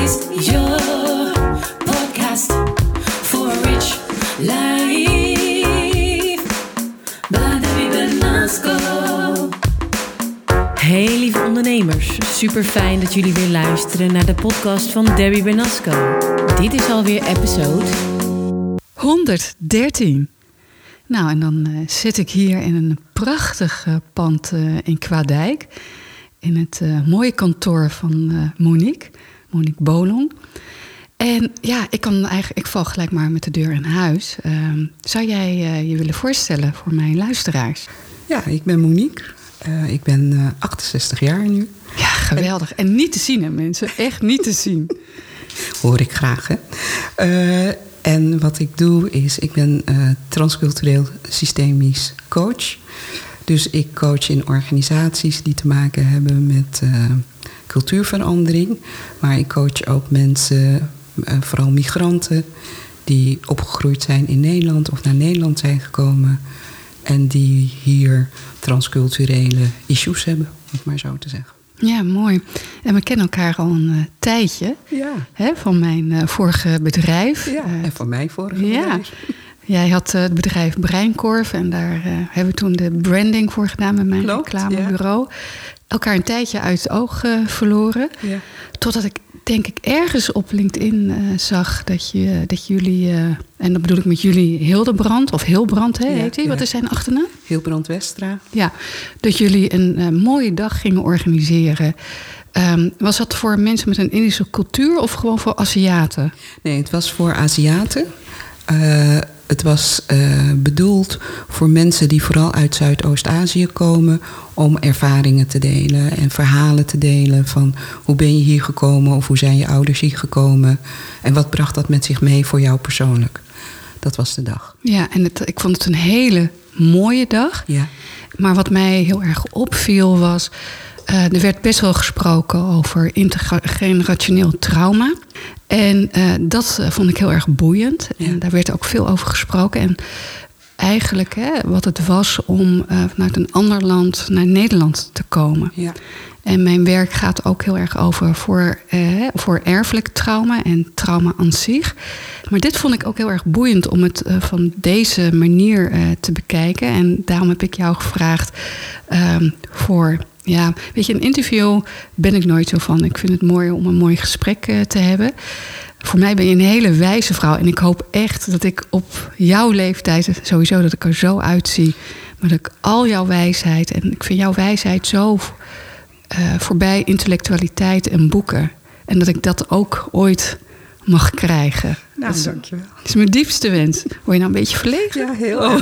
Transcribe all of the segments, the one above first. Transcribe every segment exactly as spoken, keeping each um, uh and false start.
is your podcast for a rich life. Bij Debbie Bernasco. Hey lieve ondernemers, super fijn dat jullie weer luisteren naar de podcast van Debbie Bernasco. Dit is alweer episode honderddertien. Nou, en dan uh, zit ik hier in een prachtig uh, pand uh, in Kwaadijk. In het uh, mooie kantoor van uh, Monique, Monique Bolong. En ja, ik kan eigenlijk, ik val gelijk maar met de deur in huis. Uh, zou jij uh, je willen voorstellen voor mijn luisteraars? Ja, ik ben Monique. Uh, ik ben uh, achtenzestig jaar nu. Ja, geweldig. En niet te zien, hè, mensen. Echt niet te zien. Hoor ik graag, hè. Uh, en wat ik doe is, ik ben uh, transcultureel systemisch coach. Dus ik coach in organisaties die te maken hebben met uh, cultuurverandering. Maar ik coach ook mensen, uh, vooral migranten, die opgegroeid zijn in Nederland of naar Nederland zijn gekomen. En die hier transculturele issues hebben, om het maar zo te zeggen. Ja, mooi. En we kennen elkaar al een uh, tijdje. Ja. Hè, van mijn uh, vorige bedrijf. Ja, uh, en van mijn vorige ja. bedrijf. Jij had uh, het bedrijf Breinkorf. En daar uh, hebben we toen de branding voor gedaan met mijn Klopt, reclamebureau. Ja. Elkaar een tijdje uit het oog uh, verloren. Ja. Totdat ik denk ik ergens op LinkedIn uh, zag dat, je, dat jullie... Uh, en dat bedoel ik met jullie Hildebrand. Of Hilbrand, hè, ja, heet hij? Ja. Wat is zijn achternaam? Hilbrand Westra. Ja, dat jullie een uh, mooie dag gingen organiseren. Um, was dat voor mensen met een Indische cultuur of gewoon voor Aziaten? Nee, het was voor Aziaten. Uh, het was uh, bedoeld voor mensen die vooral uit Zuidoost-Azië komen, om ervaringen te delen en verhalen te delen van hoe ben je hier gekomen of hoe zijn je ouders hier gekomen en wat bracht dat met zich mee voor jou persoonlijk. Dat was de dag. Ja, en het, ik vond het een hele mooie dag. Ja. Maar wat mij heel erg opviel was, Uh, er werd best wel gesproken over intergenerationeel trauma. En uh, dat uh, vond ik heel erg boeiend. Ja. En daar werd ook veel over gesproken. En eigenlijk hè, wat het was om uh, vanuit een ander land naar Nederland te komen. Ja. En mijn werk gaat ook heel erg over voor, uh, voor erfelijk trauma en trauma aan zich. Maar dit vond ik ook heel erg boeiend om het uh, van deze manier uh, te bekijken. En daarom heb ik jou gevraagd uh, voor... Ja, weet je, een interview ben ik nooit zo van. Ik vind het mooi om een mooi gesprek uh, te hebben. Voor mij ben je een hele wijze vrouw. En ik hoop echt dat ik op jouw leeftijd, sowieso dat ik er zo uitzie. Maar dat ik al jouw wijsheid, en ik vind jouw wijsheid zo uh, voorbij intellectualiteit en boeken. En dat ik dat ook ooit mag krijgen. Nou, dat dankjewel. Dat is mijn diepste wens. Word je nou een beetje verlegen? Ja, heel oh. erg.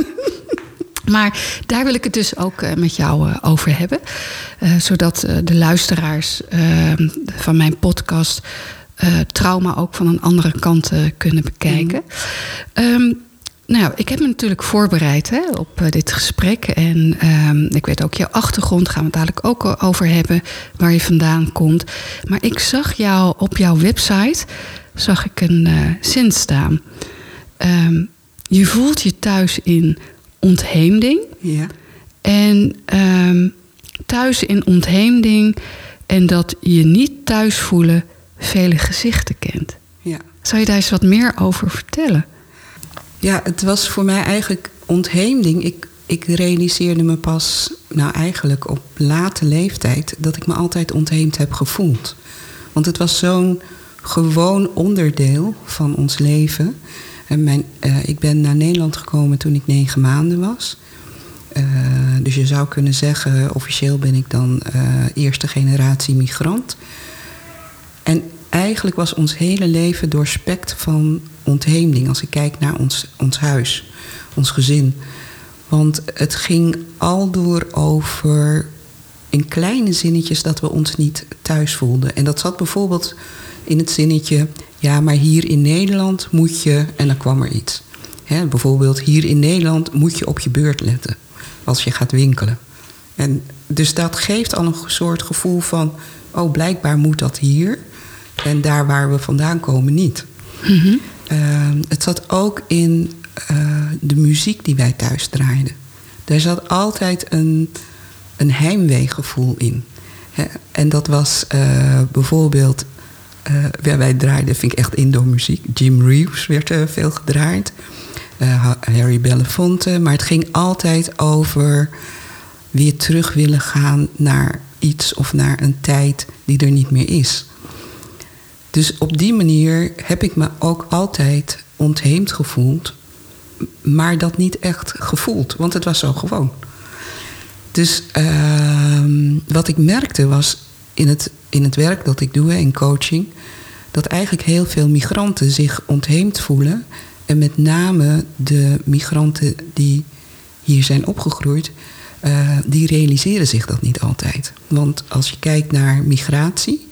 Maar daar wil ik het dus ook uh, met jou uh, over hebben. Uh, zodat uh, de luisteraars uh, van mijn podcast uh, trauma ook van een andere kant uh, kunnen bekijken. Mm. Um, nou, ik heb me natuurlijk voorbereid hè, op uh, dit gesprek. En um, ik weet ook jouw achtergrond, gaan we het dadelijk ook over hebben, waar je vandaan komt. Maar ik zag jou op jouw website, zag ik een uh, zin staan. Um, je voelt je thuis in ontheemding. Ja. En um, thuis in ontheemding en dat je niet thuis voelen vele gezichten kent. Ja. Zou je daar eens wat meer over vertellen? Ja, het was voor mij eigenlijk ontheemding. Ik, ik realiseerde me pas, nou eigenlijk op late leeftijd, dat ik me altijd ontheemd heb gevoeld. Want het was zo'n gewoon onderdeel van ons leven. En mijn, uh, ik ben naar Nederland gekomen toen ik negen maanden was. Uh, dus je zou kunnen zeggen, officieel ben ik dan uh, eerste generatie migrant. En eigenlijk was ons hele leven doorspekt van ontheemding. Als ik kijk naar ons, ons huis, ons gezin. Want het ging aldoor over in kleine zinnetjes dat we ons niet thuis voelden. En dat zat bijvoorbeeld in het zinnetje, ja, maar hier in Nederland moet je, en dan kwam er iets. Hè, bijvoorbeeld, hier in Nederland moet je op je beurt letten als je gaat winkelen. En dus dat geeft al een soort gevoel van, oh, blijkbaar moet dat hier. En daar waar we vandaan komen niet. Mm-hmm. Uh, het zat ook in uh, de muziek die wij thuis draaiden. Daar zat altijd een, een heimweegevoel in. Hè? En dat was uh, bijvoorbeeld uh, wij draaiden, vind ik echt Indo-muziek. Jim Reeves werd uh, veel gedraaid. Uh, Harry Belafonte. Maar het ging altijd over weer terug willen gaan naar iets of naar een tijd die er niet meer is. Dus op die manier heb ik me ook altijd ontheemd gevoeld, maar dat niet echt gevoeld, want het was zo gewoon. Dus uh, wat ik merkte was in het, in het werk dat ik doe, in coaching, dat eigenlijk heel veel migranten zich ontheemd voelen. En met name de migranten die hier zijn opgegroeid, uh, die realiseren zich dat niet altijd. Want als je kijkt naar migratie,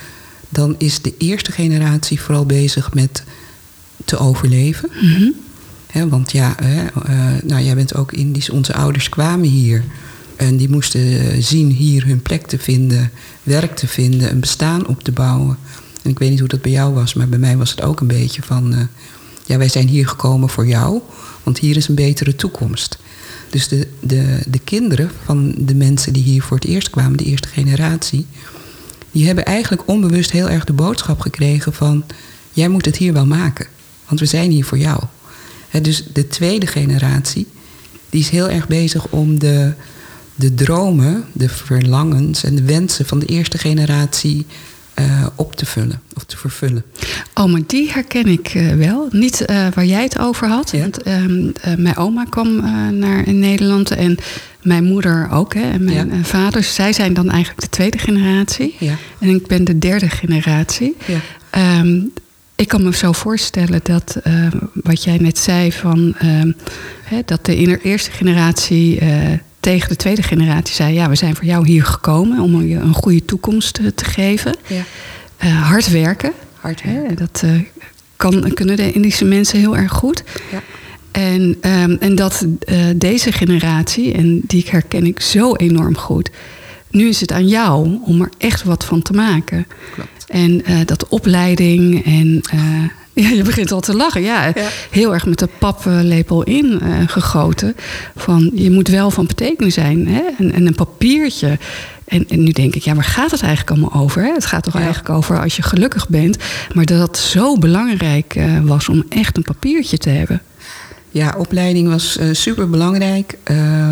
dan is de eerste generatie vooral bezig met te overleven. Mm-hmm. He, want ja, he, uh, nou, jij bent ook Indisch. Onze ouders kwamen hier. En die moesten zien hier hun plek te vinden, werk te vinden, een bestaan op te bouwen. En ik weet niet hoe dat bij jou was, maar bij mij was het ook een beetje van, Uh, ja, wij zijn hier gekomen voor jou, want hier is een betere toekomst. Dus de, de, de kinderen van de mensen die hier voor het eerst kwamen, de eerste generatie, die hebben eigenlijk onbewust heel erg de boodschap gekregen van, jij moet het hier wel maken, want we zijn hier voor jou. He, dus de tweede generatie, die is heel erg bezig om de, de dromen, de verlangens en de wensen van de eerste generatie Uh, op te vullen of te vervullen. Oh, maar die herken ik uh, wel. Niet uh, waar jij het over had. Ja. Want uh, uh, mijn oma kwam uh, naar in Nederland en mijn moeder ook. Hè, en mijn ja. uh, vader. Zij zijn dan eigenlijk de tweede generatie. Ja. En ik ben de derde generatie. Ja. Um, ik kan me zo voorstellen dat uh, wat jij net zei van uh, hè, dat de eerste generatie Uh, tegen de tweede generatie zei, ja, we zijn voor jou hier gekomen om je een goede toekomst te, te geven. Ja. Uh, hard werken. Hard werken. Hè, dat uh, kan, kunnen de Indische mensen heel erg goed. Ja. En, um, en dat uh, deze generatie, en die herken ik zo enorm goed, nu is het aan jou om er echt wat van te maken. Klopt. En uh, dat opleiding en Uh, ja, je begint al te lachen. Ja, ja. Heel erg met de paplepel in uh, gegoten. Van, je moet wel van betekenis zijn. Hè? En, en een papiertje. En, en nu denk ik, ja, waar gaat het eigenlijk allemaal over? Hè? Het gaat toch ja. eigenlijk over als je gelukkig bent. Maar dat het zo belangrijk uh, was om echt een papiertje te hebben. Ja, opleiding was uh, super belangrijk. Uh,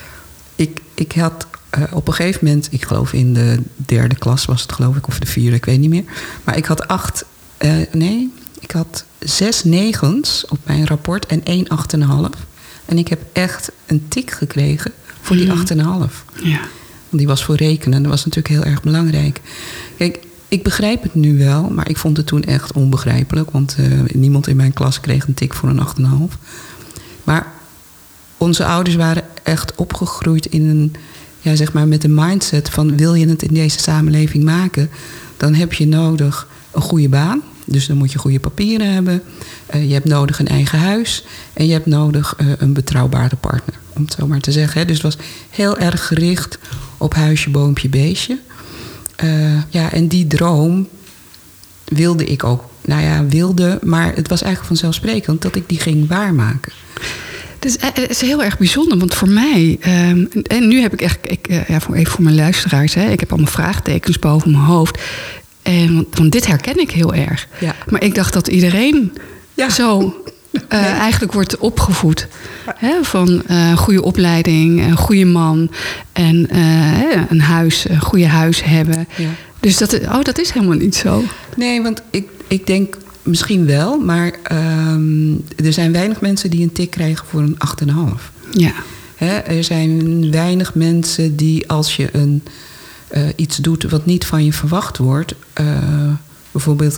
ik, ik had uh, op een gegeven moment, ik geloof in de derde klas was het geloof ik, of de vierde, ik weet niet meer. Maar ik had acht, uh, nee... Ik had zes negens op mijn rapport en één acht en een half. En ik heb echt een tik gekregen voor die acht en een half. Ja. Want die was voor rekenen. Dat was natuurlijk heel erg belangrijk. Kijk, ik begrijp het nu wel, maar ik vond het toen echt onbegrijpelijk. Want uh, niemand in mijn klas kreeg een tik voor een acht en een half. Maar onze ouders waren echt opgegroeid in een, ja, zeg maar met een mindset van, wil je het in deze samenleving maken, dan heb je nodig een goede baan. Dus dan moet je goede papieren hebben. Uh, je hebt nodig een eigen huis. En je hebt nodig uh, een betrouwbare partner. Om het zo maar te zeggen. Hè. Dus het was heel erg gericht op huisje, boompje, beestje. Uh, ja, en die droom wilde ik ook. Nou ja, wilde. Maar het was eigenlijk vanzelfsprekend dat ik die ging waarmaken. Dus het is heel erg bijzonder, want voor mij, um, en nu heb ik echt, ik, uh, ja, voor, even voor mijn luisteraars, hè, ik heb allemaal vraagtekens boven mijn hoofd. En, want, want dit herken ik heel erg. Ja. Maar ik dacht dat iedereen ja. zo uh, nee. eigenlijk wordt opgevoed. Ja. Hè, van uh, goede opleiding, een goede man en uh, een huis, een goede huis hebben. Ja. Dus dat, oh, dat is helemaal niet zo. Nee, want ik, ik denk misschien wel, maar um, er zijn weinig mensen die een tik krijgen voor een acht komma vijf. Ja. Hè, er zijn weinig mensen die als je een Uh, iets doet wat niet van je verwacht wordt, uh, bijvoorbeeld,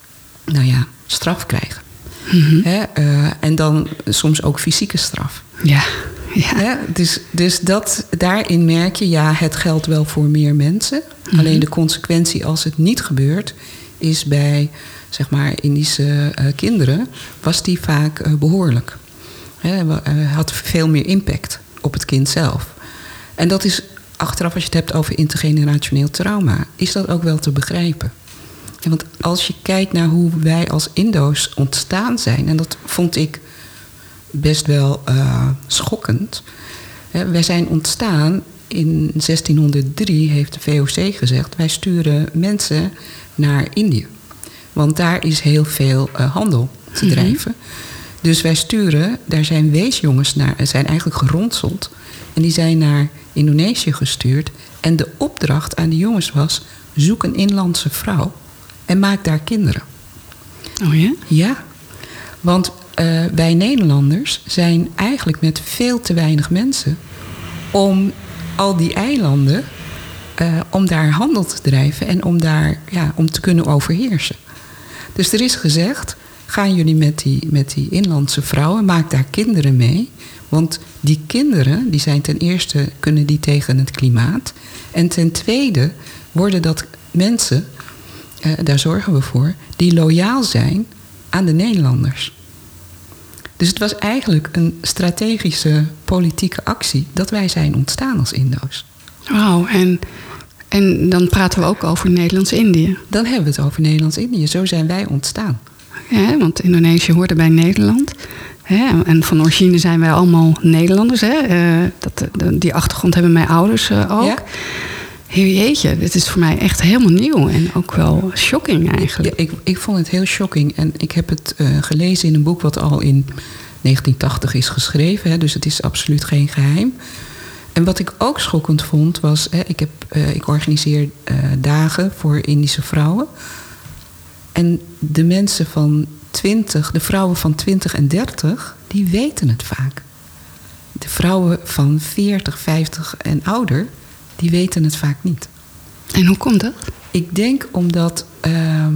nou ja, straf krijgen. Mm-hmm. Hè? Uh, en dan soms ook fysieke straf. Ja. Ja. Hè? Dus, dus dat, daarin merk je, ja, het geldt wel voor meer mensen. Mm-hmm. Alleen de consequentie als het niet gebeurt, is bij, zeg maar, Indische uh, kinderen, was die vaak uh, behoorlijk. Hè? Uh, had veel meer impact op het kind zelf. En dat is achteraf, als je het hebt over intergenerationeel trauma, is dat ook wel te begrijpen. Ja, want als je kijkt naar hoe wij als Indo's ontstaan zijn, en dat vond ik best wel uh, schokkend. Hè, wij zijn ontstaan in zestienhonderddrie, heeft de V O C gezegd, wij sturen mensen naar Indië. Want daar is heel veel uh, handel te drijven. Mm-hmm. Dus wij sturen, daar zijn weesjongens naar, zijn eigenlijk geronseld. En die zijn naar Indonesië gestuurd. En de opdracht aan de jongens was, zoek een inlandse vrouw en maak daar kinderen. Oh ja? Ja, want uh, wij Nederlanders zijn eigenlijk met veel te weinig mensen om al die eilanden, uh, om daar handel te drijven en om daar, ja, om te kunnen overheersen. Dus er is gezegd, gaan jullie met die, met die inlandse vrouwen, maak daar kinderen mee. Want die kinderen, die zijn ten eerste, kunnen die tegen het klimaat. En ten tweede worden dat mensen, uh, daar zorgen we voor, die loyaal zijn aan de Nederlanders. Dus het was eigenlijk een strategische politieke actie dat wij zijn ontstaan als Indo's. Wauw, en, en dan praten we ook over Nederlands-Indië. Dan hebben we het over Nederlands-Indië. Zo zijn wij ontstaan. Ja, want Indonesië hoorde bij Nederland. Hè, en van origine zijn wij allemaal Nederlanders. Hè? Uh, dat, de, die achtergrond hebben mijn ouders uh, ook. Ja. Jeetje, dit is voor mij echt helemaal nieuw. En ook wel shocking eigenlijk. Ja, ik, ik vond het heel shocking. En ik heb het uh, gelezen in een boek wat al in negentien tachtig is geschreven. Hè, dus het is absoluut geen geheim. En wat ik ook schokkend vond was, Hè, ik, heb, uh, ik organiseer uh, dagen voor Indische vrouwen. En de mensen van twintig, de vrouwen van twintig en dertig, die weten het vaak. De vrouwen van veertig, vijftig en ouder, die weten het vaak niet. En hoe komt dat? Ik denk omdat, uh,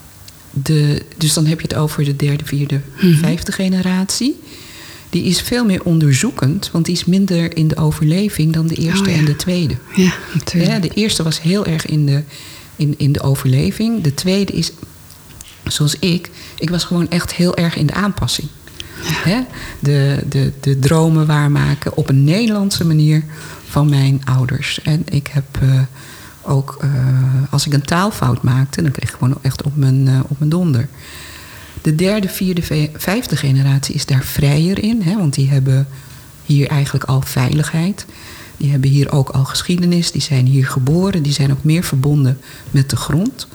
de, dus dan heb je het over de derde, vierde, mm-hmm. vijfde generatie. Die is veel meer onderzoekend, want die is minder in de overleving dan de eerste oh, ja. en de tweede. Ja, natuurlijk. Ja, de eerste was heel erg in de, in, in de overleving. De tweede is, zoals ik, ik was gewoon echt heel erg in de aanpassing. Ja. Hè? De, de, de dromen waarmaken op een Nederlandse manier van mijn ouders. En ik heb uh, ook, uh, als ik een taalfout maakte, dan kreeg ik gewoon echt op mijn, uh, op mijn donder. De derde, vierde, vijfde generatie is daar vrijer in. Hè, want die hebben hier eigenlijk al veiligheid. Die hebben hier ook al geschiedenis. Die zijn hier geboren. Die zijn ook meer verbonden met de grond.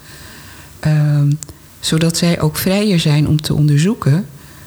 Um, zodat zij ook vrijer zijn om te onderzoeken,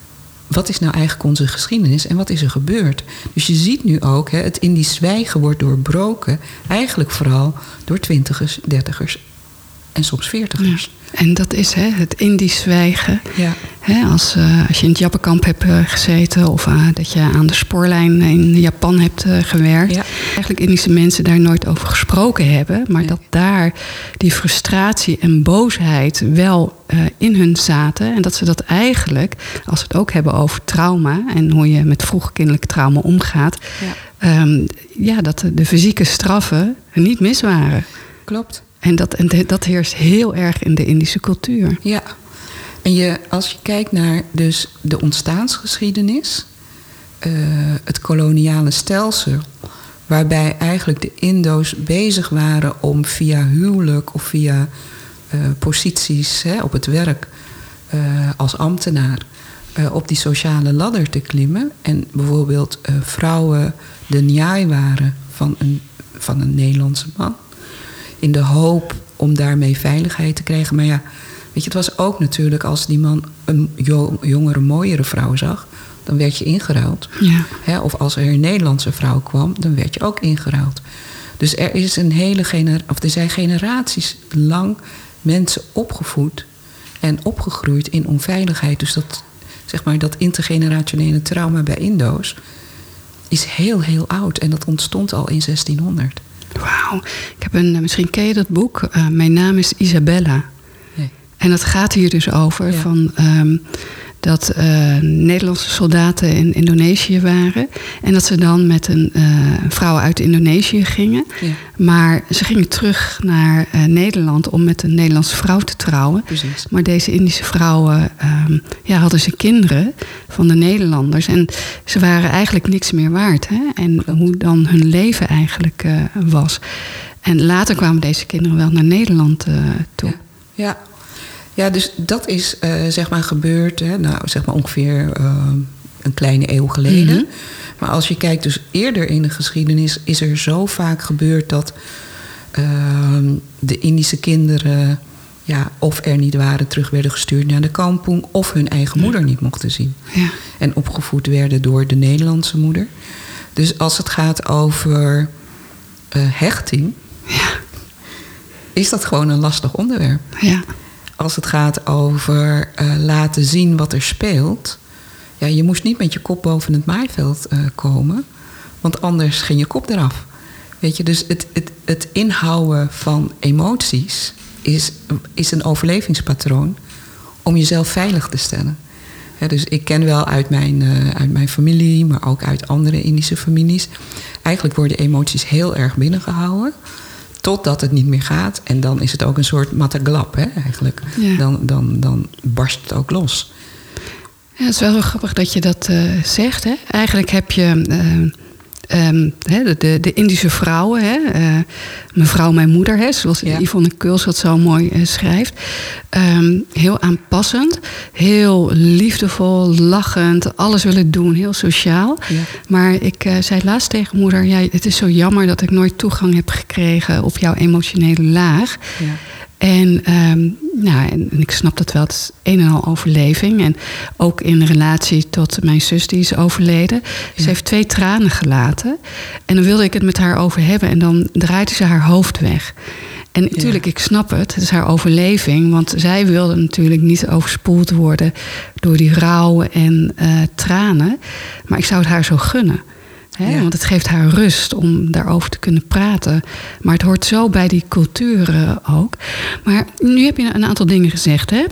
wat is nou eigenlijk onze geschiedenis en wat is er gebeurd? Dus je ziet nu ook, hè, het Indisch zwijgen wordt doorbroken, eigenlijk vooral door twintigers, dertigers en soms veertigers. Ja. En dat is hè, het Indisch zwijgen. Ja. Hè, als, uh, als je in het Jappenkamp hebt uh, gezeten of uh, dat je aan de spoorlijn in Japan hebt uh, gewerkt. Ja. Eigenlijk Indische mensen daar nooit over gesproken hebben. Maar nee. dat daar die frustratie en boosheid wel uh, in hun zaten. En dat ze dat eigenlijk, als we het ook hebben over trauma en hoe je met vroegkindelijk trauma omgaat. Ja, um, ja dat de, de fysieke straffen niet mis waren. Klopt. En dat, en dat heerst heel erg in de Indische cultuur. Ja, en je, als je kijkt naar dus de ontstaansgeschiedenis, uh, het koloniale stelsel, waarbij eigenlijk de Indo's bezig waren om via huwelijk of via uh, posities hè, op het werk uh, als ambtenaar uh, op die sociale ladder te klimmen. En bijvoorbeeld uh, vrouwen de njai waren van een, van een Nederlandse man. In de hoop om daarmee veiligheid te krijgen. Maar ja, weet je, het was ook natuurlijk als die man een jo- jongere, mooiere vrouw zag, dan werd je ingeruild. Ja. Hè, of als er een Nederlandse vrouw kwam, dan werd je ook ingeruild. Dus er is een hele gener- of er zijn generaties lang mensen opgevoed en opgegroeid in onveiligheid. Dus dat, zeg maar, dat intergenerationele trauma bij Indo's is heel, heel oud. En dat ontstond al in zestienhonderd. Wauw. Ik heb een, misschien ken je dat boek. Uh, Mijn naam is Isabella. Nee. En dat gaat hier dus over ja. van um, dat uh, Nederlandse soldaten in Indonesië waren. En dat ze dan met een uh, vrouw uit Indonesië gingen. Ja. Maar ze gingen terug naar uh, Nederland om met een Nederlandse vrouw te trouwen. Precies. Maar deze Indische vrouwen um, ja, hadden ze kinderen van de Nederlanders. En ze waren eigenlijk niks meer waard. Hè? En hoe dan hun leven eigenlijk uh, was. En later kwamen deze kinderen wel naar Nederland uh, toe. Ja. Ja. Ja, dus dat is uh, zeg maar gebeurd, hè, nou, zeg maar ongeveer uh, een kleine eeuw geleden. Mm-hmm. Maar als je kijkt dus eerder in de geschiedenis, is er zo vaak gebeurd dat uh, de Indische kinderen ja, of er niet waren, terug werden gestuurd naar de kampong, of hun eigen moeder niet mochten zien. Ja. En opgevoed werden door de Nederlandse moeder. Dus als het gaat over uh, hechting, ja. is dat gewoon een lastig onderwerp. Ja. Als het gaat over uh, laten zien wat er speelt, ja, je moest niet met je kop boven het maaiveld uh, komen, want anders ging je kop eraf. Weet je, dus het, het, het inhouden van emoties is, is een overlevingspatroon om jezelf veilig te stellen. Ja, dus ik ken wel uit mijn, uh, uit mijn familie, maar ook uit andere Indische families. Eigenlijk worden emoties heel erg binnengehouden, totdat het niet meer gaat. En dan is het ook een soort mataglap, hè, eigenlijk. Ja. Dan, dan, dan barst het ook los. Ja, het is wel heel grappig dat je dat uh, zegt. Hè? Eigenlijk heb je uh, um, de, de, de Indische vrouwen, hè? Uh, mevrouw mijn moeder, hè? Zoals ja. Yvonne Kuls dat zo mooi uh, schrijft. Um, heel aanpassend, heel liefdevol, lachend, alles willen doen, heel sociaal. Ja. Maar ik uh, zei laatst tegen moeder, ja, het is zo jammer dat ik nooit toegang heb gekregen op jouw emotionele laag. Ja. En, um, nou, en ik snap dat wel, het is een en al overleving. En ook in relatie tot mijn zus die is overleden. Ja. Ze heeft twee tranen gelaten. En dan wilde ik het met haar over hebben. En dan draaide ze haar hoofd weg. En natuurlijk, ja. ik snap het, het is haar overleving. Want zij wilde natuurlijk niet overspoeld worden door die rouw en uh, tranen. Maar ik zou het haar zo gunnen. He, ja. Want het geeft haar rust om daarover te kunnen praten. Maar het hoort zo bij die culturen ook. Maar nu heb je een aantal dingen gezegd, hè?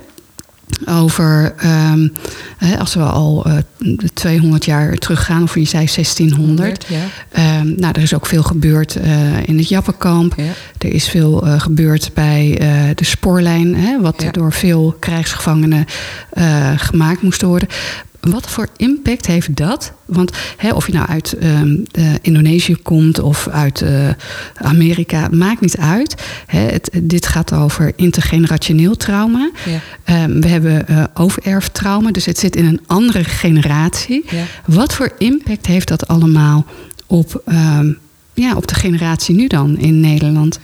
Over, um, hè, als we al uh, tweehonderd jaar teruggaan, of je zei zestienhonderd. Ja. Um, nou, er is ook veel gebeurd uh, in het Jappenkamp. Ja. Er is veel uh, gebeurd bij uh, de spoorlijn, hè, wat ja. door veel krijgsgevangenen uh, gemaakt moest worden. Wat voor impact heeft dat? Want hè, of je nou uit um, uh, Indonesië komt of uit uh, Amerika, maakt niet uit. Hè, het, dit gaat over intergenerationeel trauma. Ja. Um, we hebben uh, overerftrauma, dus het zit in een andere generatie. Ja. Wat voor impact heeft dat allemaal op, um, ja, op de generatie nu dan in Nederland?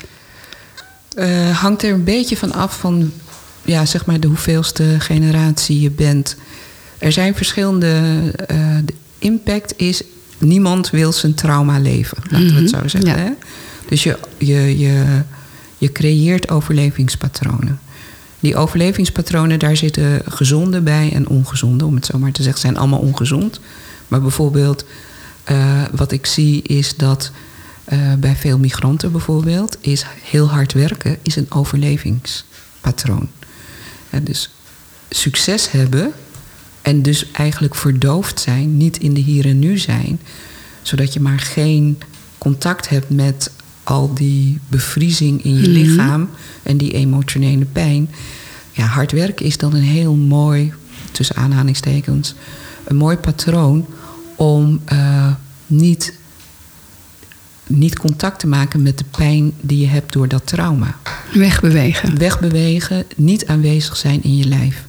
Uh, hangt er een beetje van af van, ja, zeg maar de hoeveelste generatie je bent. Er zijn verschillende... Uh, de impact is... niemand wil zijn trauma leven. Laten mm-hmm. we het zo zeggen. Ja. Hè? Dus je, je, je, je creëert overlevingspatronen. Die overlevingspatronen, daar zitten gezonde bij en ongezonde. Om het zo maar te zeggen, zijn allemaal ongezond. Maar bijvoorbeeld... Uh, wat ik zie is dat... Uh, bij veel migranten bijvoorbeeld... is heel hard werken is een overlevingspatroon. Uh, dus succes hebben... En dus eigenlijk verdoofd zijn, niet in de hier en nu zijn. Zodat je maar geen contact hebt met al die bevriezing in je mm-hmm. lichaam en die emotionele pijn. Ja, hard werken is dan een heel mooi, tussen aanhalingstekens, een mooi patroon om uh, niet, niet contact te maken met de pijn die je hebt door dat trauma. Wegbewegen. Wegbewegen, niet aanwezig zijn in je lijf.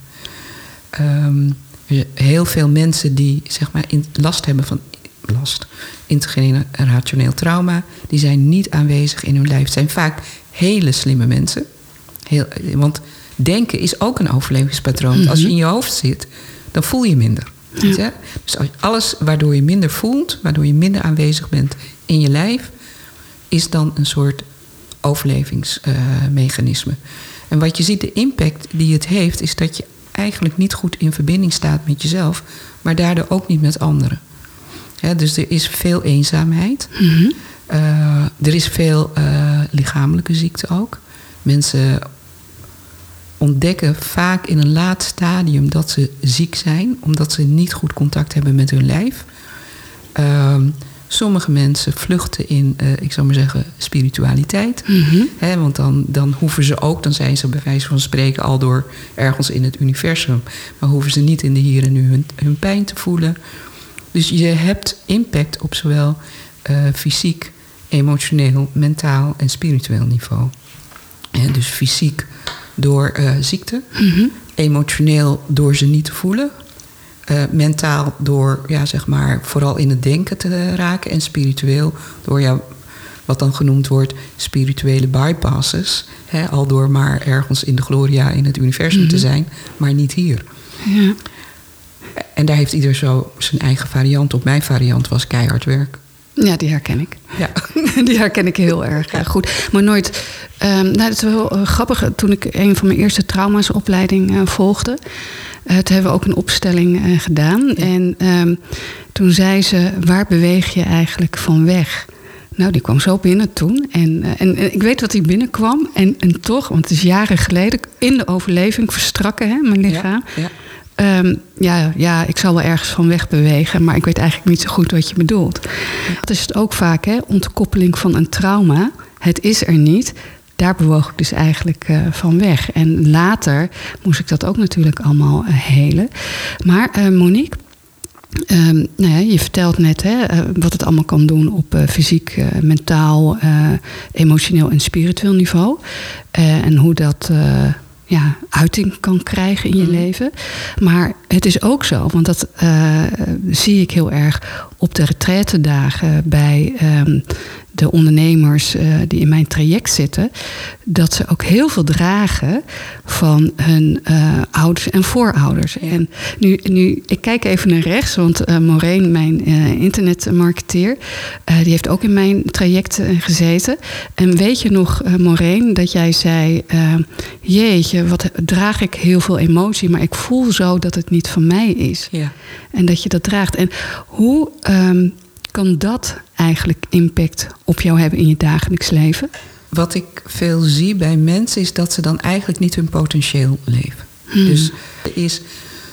Um, Heel veel mensen die zeg maar in last hebben van last, intergenerationeel trauma, die zijn niet aanwezig in hun lijf. Het zijn vaak hele slimme mensen. Heel, want denken is ook een overlevingspatroon. Mm-hmm. Als je in je hoofd zit, dan voel je minder. Ja. Ja? Dus alles waardoor je minder voelt, waardoor je minder aanwezig bent in je lijf, is dan een soort overlevingsmechanisme. Uh, en wat je ziet, de impact die het heeft, is dat je eigenlijk niet goed in verbinding staat met jezelf, maar daardoor ook niet met anderen. Ja, dus er is veel eenzaamheid. Mm-hmm. Uh, er is veel uh, lichamelijke ziekte ook. Mensen ontdekken vaak in een laat stadium dat ze ziek zijn, omdat ze niet goed contact hebben met hun lijf. Uh, sommige mensen vluchten in, uh, ik zou maar zeggen, spiritualiteit. Mm-hmm. He, want dan, dan hoeven ze ook, dan zijn ze bij wijze van spreken al door ergens in het universum. Maar hoeven ze niet in de hier en nu hun, hun pijn te voelen. Dus je hebt impact op zowel uh, fysiek, emotioneel, mentaal en spiritueel niveau. He, dus fysiek door uh, ziekte. Mm-hmm. Emotioneel door ze niet te voelen. Uh, mentaal door, ja, zeg maar, vooral in het denken te raken. En spiritueel door, ja, wat dan genoemd wordt spirituele bypasses. Hè, al door maar ergens in de gloria in het universum mm-hmm. te zijn, maar niet hier. Ja. En daar heeft ieder zo zijn eigen variant op. Mijn variant was keihard werk. Ja, die herken ik. Ja. Die herken ik heel erg ja. goed. Maar nooit... Um, nou, dat is wel uh, grappig. Toen ik een van mijn eerste trauma's opleiding uh, volgde... Uh, toen hebben we ook een opstelling uh, gedaan. Ja. En um, toen zei ze... waar beweeg je eigenlijk van weg? Nou, die kwam zo binnen toen. En, uh, en, en ik weet dat hij binnenkwam. En, en toch, want het is jaren geleden... in de overleving verstrakken, hè, mijn lichaam... Ja, ja. Um, ja, ja, ik zal wel ergens van weg bewegen, maar ik weet eigenlijk niet zo goed wat je bedoelt. Dat is het ook vaak, hè? Ontkoppeling van een trauma. Het is er niet. Daar bewoog ik dus eigenlijk uh, van weg. En later moest ik dat ook natuurlijk allemaal uh, helen. Maar uh, Monique, um, nou ja, je vertelt net hè, uh, wat het allemaal kan doen op uh, fysiek, uh, mentaal, uh, emotioneel en spiritueel niveau. Uh, en hoe dat... Uh, Ja, uiting kan krijgen in je mm. leven. Maar het is ook zo, want dat uh, zie ik heel erg op de retraitedagen bij um, de ondernemers uh, die in mijn traject zitten, dat ze ook heel veel dragen van hun uh, ouders en voorouders. Ja. En nu, nu, ik kijk even naar rechts, want uh, Maureen, mijn uh, internetmarketeer, uh, die heeft ook in mijn traject uh, gezeten. En weet je nog, uh, Maureen, dat jij zei, uh, jeetje, wat draag ik heel veel emotie, maar ik voel zo dat het niet van mij is. Ja. En dat je dat draagt. En hoe um, kan dat eigenlijk impact op jou hebben in je dagelijks leven? Wat ik veel zie bij mensen is dat ze dan eigenlijk niet hun potentieel leven. Hmm. Dus er is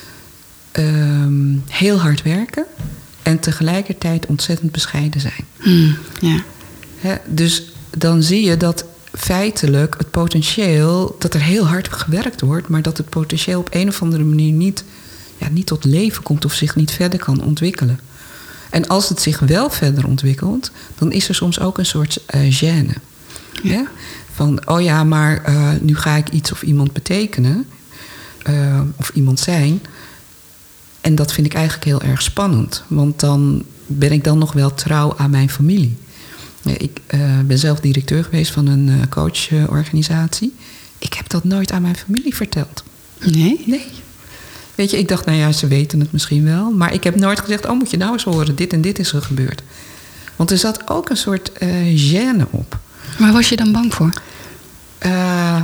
um, heel hard werken en tegelijkertijd ontzettend bescheiden zijn. Hmm. Ja. He, dus dan zie je dat feitelijk het potentieel, dat er heel hard gewerkt wordt, maar dat het potentieel op een of andere manier niet, ja, niet tot leven komt of zich niet verder kan ontwikkelen. En als het zich wel verder ontwikkelt, dan is er soms ook een soort uh, gêne. Ja. Ja? Van, oh ja, maar uh, nu ga ik iets of iemand betekenen, uh, of iemand zijn. En dat vind ik eigenlijk heel erg spannend. Want dan ben ik dan nog wel trouw aan mijn familie. Ik uh, ben zelf directeur geweest van een uh, coachorganisatie. Ik heb dat nooit aan mijn familie verteld. Nee? Nee. Weet je, ik dacht, nou ja, ze weten het misschien wel. Maar ik heb nooit gezegd, oh, moet je nou eens horen, dit en dit is er gebeurd. Want er zat ook een soort uh, gêne op. Waar was je dan bang voor? Uh,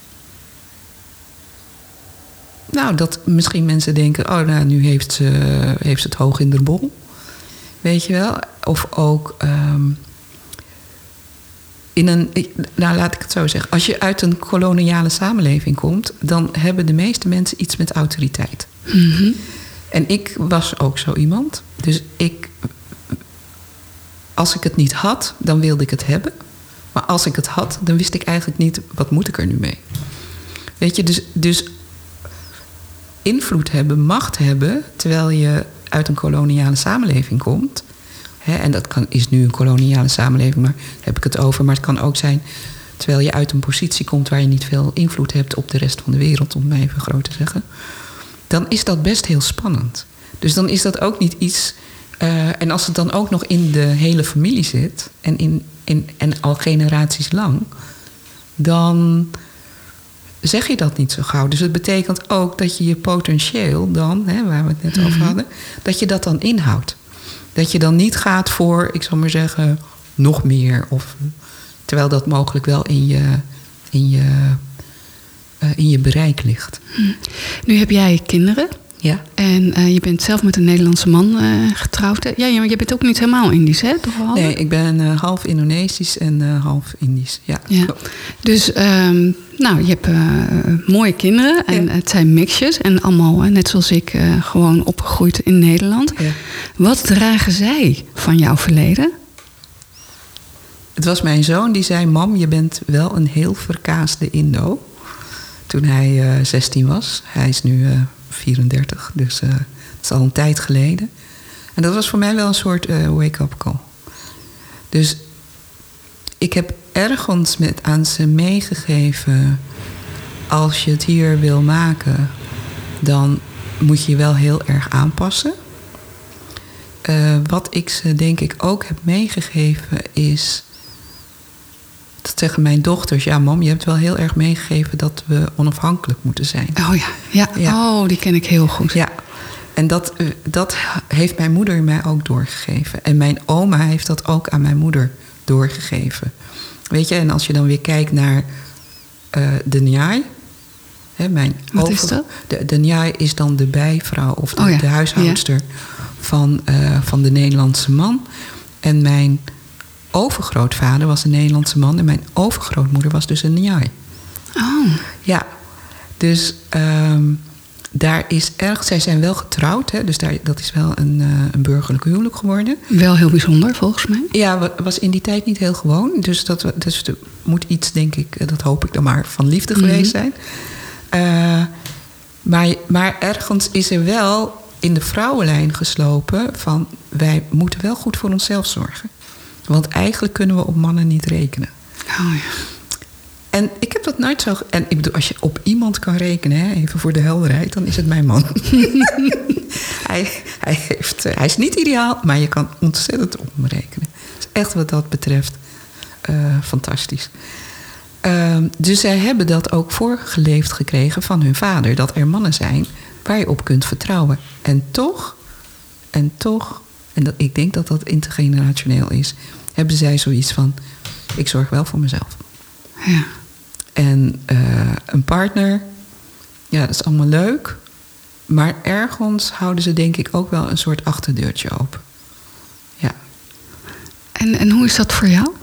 nou, dat misschien mensen denken, oh, nou, nu heeft ze, heeft ze het hoog in de bol. Weet je wel? Of ook... Um, In een, nou, laat ik het zo zeggen. Als je uit een koloniale samenleving komt, dan hebben de meeste mensen iets met autoriteit. Mm-hmm. En ik was ook zo iemand. Dus ik, als ik het niet had, dan wilde ik het hebben. Maar als ik het had, dan wist ik eigenlijk niet, wat moet ik er nu mee? Weet je, dus, dus invloed hebben, macht hebben, terwijl je uit een koloniale samenleving komt. He, en dat kan, is nu een koloniale samenleving, maar daar heb ik het over. Maar het kan ook zijn terwijl je uit een positie komt waar je niet veel invloed hebt op de rest van de wereld, om het maar even groot te zeggen. Dan is dat best heel spannend. Dus dan is dat ook niet iets. Uh, en als het dan ook nog in de hele familie zit, en, in, in, en al generaties lang, dan zeg je dat niet zo gauw. Dus het betekent ook dat je je potentieel dan, hè, waar we het net over hadden, dat je dat dan inhoudt. Dat je dan niet gaat voor, ik zal maar zeggen, nog meer. Of, terwijl dat mogelijk wel in je, in je, uh, in je bereik ligt. Nu heb jij kinderen. Ja. En uh, je bent zelf met een Nederlandse man uh, getrouwd. Ja, je bent ook niet helemaal Indisch, hè? Toch wel? Nee, ik ben uh, half Indonesisch en uh, half Indisch. Ja. Ja. Dus, um, nou, je hebt uh, mooie kinderen. En ja. Het zijn mixjes. En allemaal, uh, net zoals ik, uh, gewoon opgegroeid in Nederland. Ja. Wat dragen zij van jouw verleden? Het was mijn zoon die zei, mam, je bent wel een heel verkaasde Indo. Toen hij uh, zestien was. Hij is nu... Uh, vierendertig, dus uh, dat is al een tijd geleden. En dat was voor mij wel een soort uh, wake-up call. Dus ik heb ergens met aan ze meegegeven, als je het hier wil maken, dan moet je je wel heel erg aanpassen. Uh, wat ik ze denk ik ook heb meegegeven is, dat zeggen mijn dochters. Ja, mam, je hebt wel heel erg meegegeven dat we onafhankelijk moeten zijn. Oh ja, ja. ja. Oh, die ken ik heel goed. Ja, en dat, dat heeft mijn moeder mij ook doorgegeven. En mijn oma heeft dat ook aan mijn moeder doorgegeven. Weet je, en als je dan weer kijkt naar uh, de njai. Hè, mijn Wat over, is dat? De, de njai is dan de bijvrouw of de, oh ja. de huishoudster ja. van, uh, van de Nederlandse man. En mijn overgrootvader was een Nederlandse man. En mijn overgrootmoeder was dus een njai. Oh. Ja, dus um, daar is erg... Zij zijn wel getrouwd, hè, dus daar, dat is wel een, uh, een burgerlijk huwelijk geworden. Wel heel bijzonder, volgens mij. Ja, was in die tijd niet heel gewoon. Dus dat dus er moet iets, denk ik, dat hoop ik dan maar, van liefde mm-hmm. geweest zijn. Uh, maar, maar ergens is er wel in de vrouwenlijn geslopen van... wij moeten wel goed voor onszelf zorgen. Want eigenlijk kunnen we op mannen niet rekenen. Oh ja. En ik heb dat nooit zo... En ik bedoel, als je op iemand kan rekenen, hè, even voor de helderheid... dan is het mijn man. hij, hij, heeft, hij is niet ideaal, maar je kan ontzettend op hem rekenen. Dus echt wat dat betreft uh, fantastisch. Uh, dus zij hebben dat ook voorgeleefd gekregen van hun vader. Dat er mannen zijn waar je op kunt vertrouwen. En toch, en toch... en dat, ik denk dat dat intergenerationeel is... hebben zij zoiets van... ik zorg wel voor mezelf. Ja. En uh, een partner... ja, dat is allemaal leuk... maar ergens houden ze denk ik ook wel een soort achterdeurtje open. Ja. En, en hoe is dat voor jou?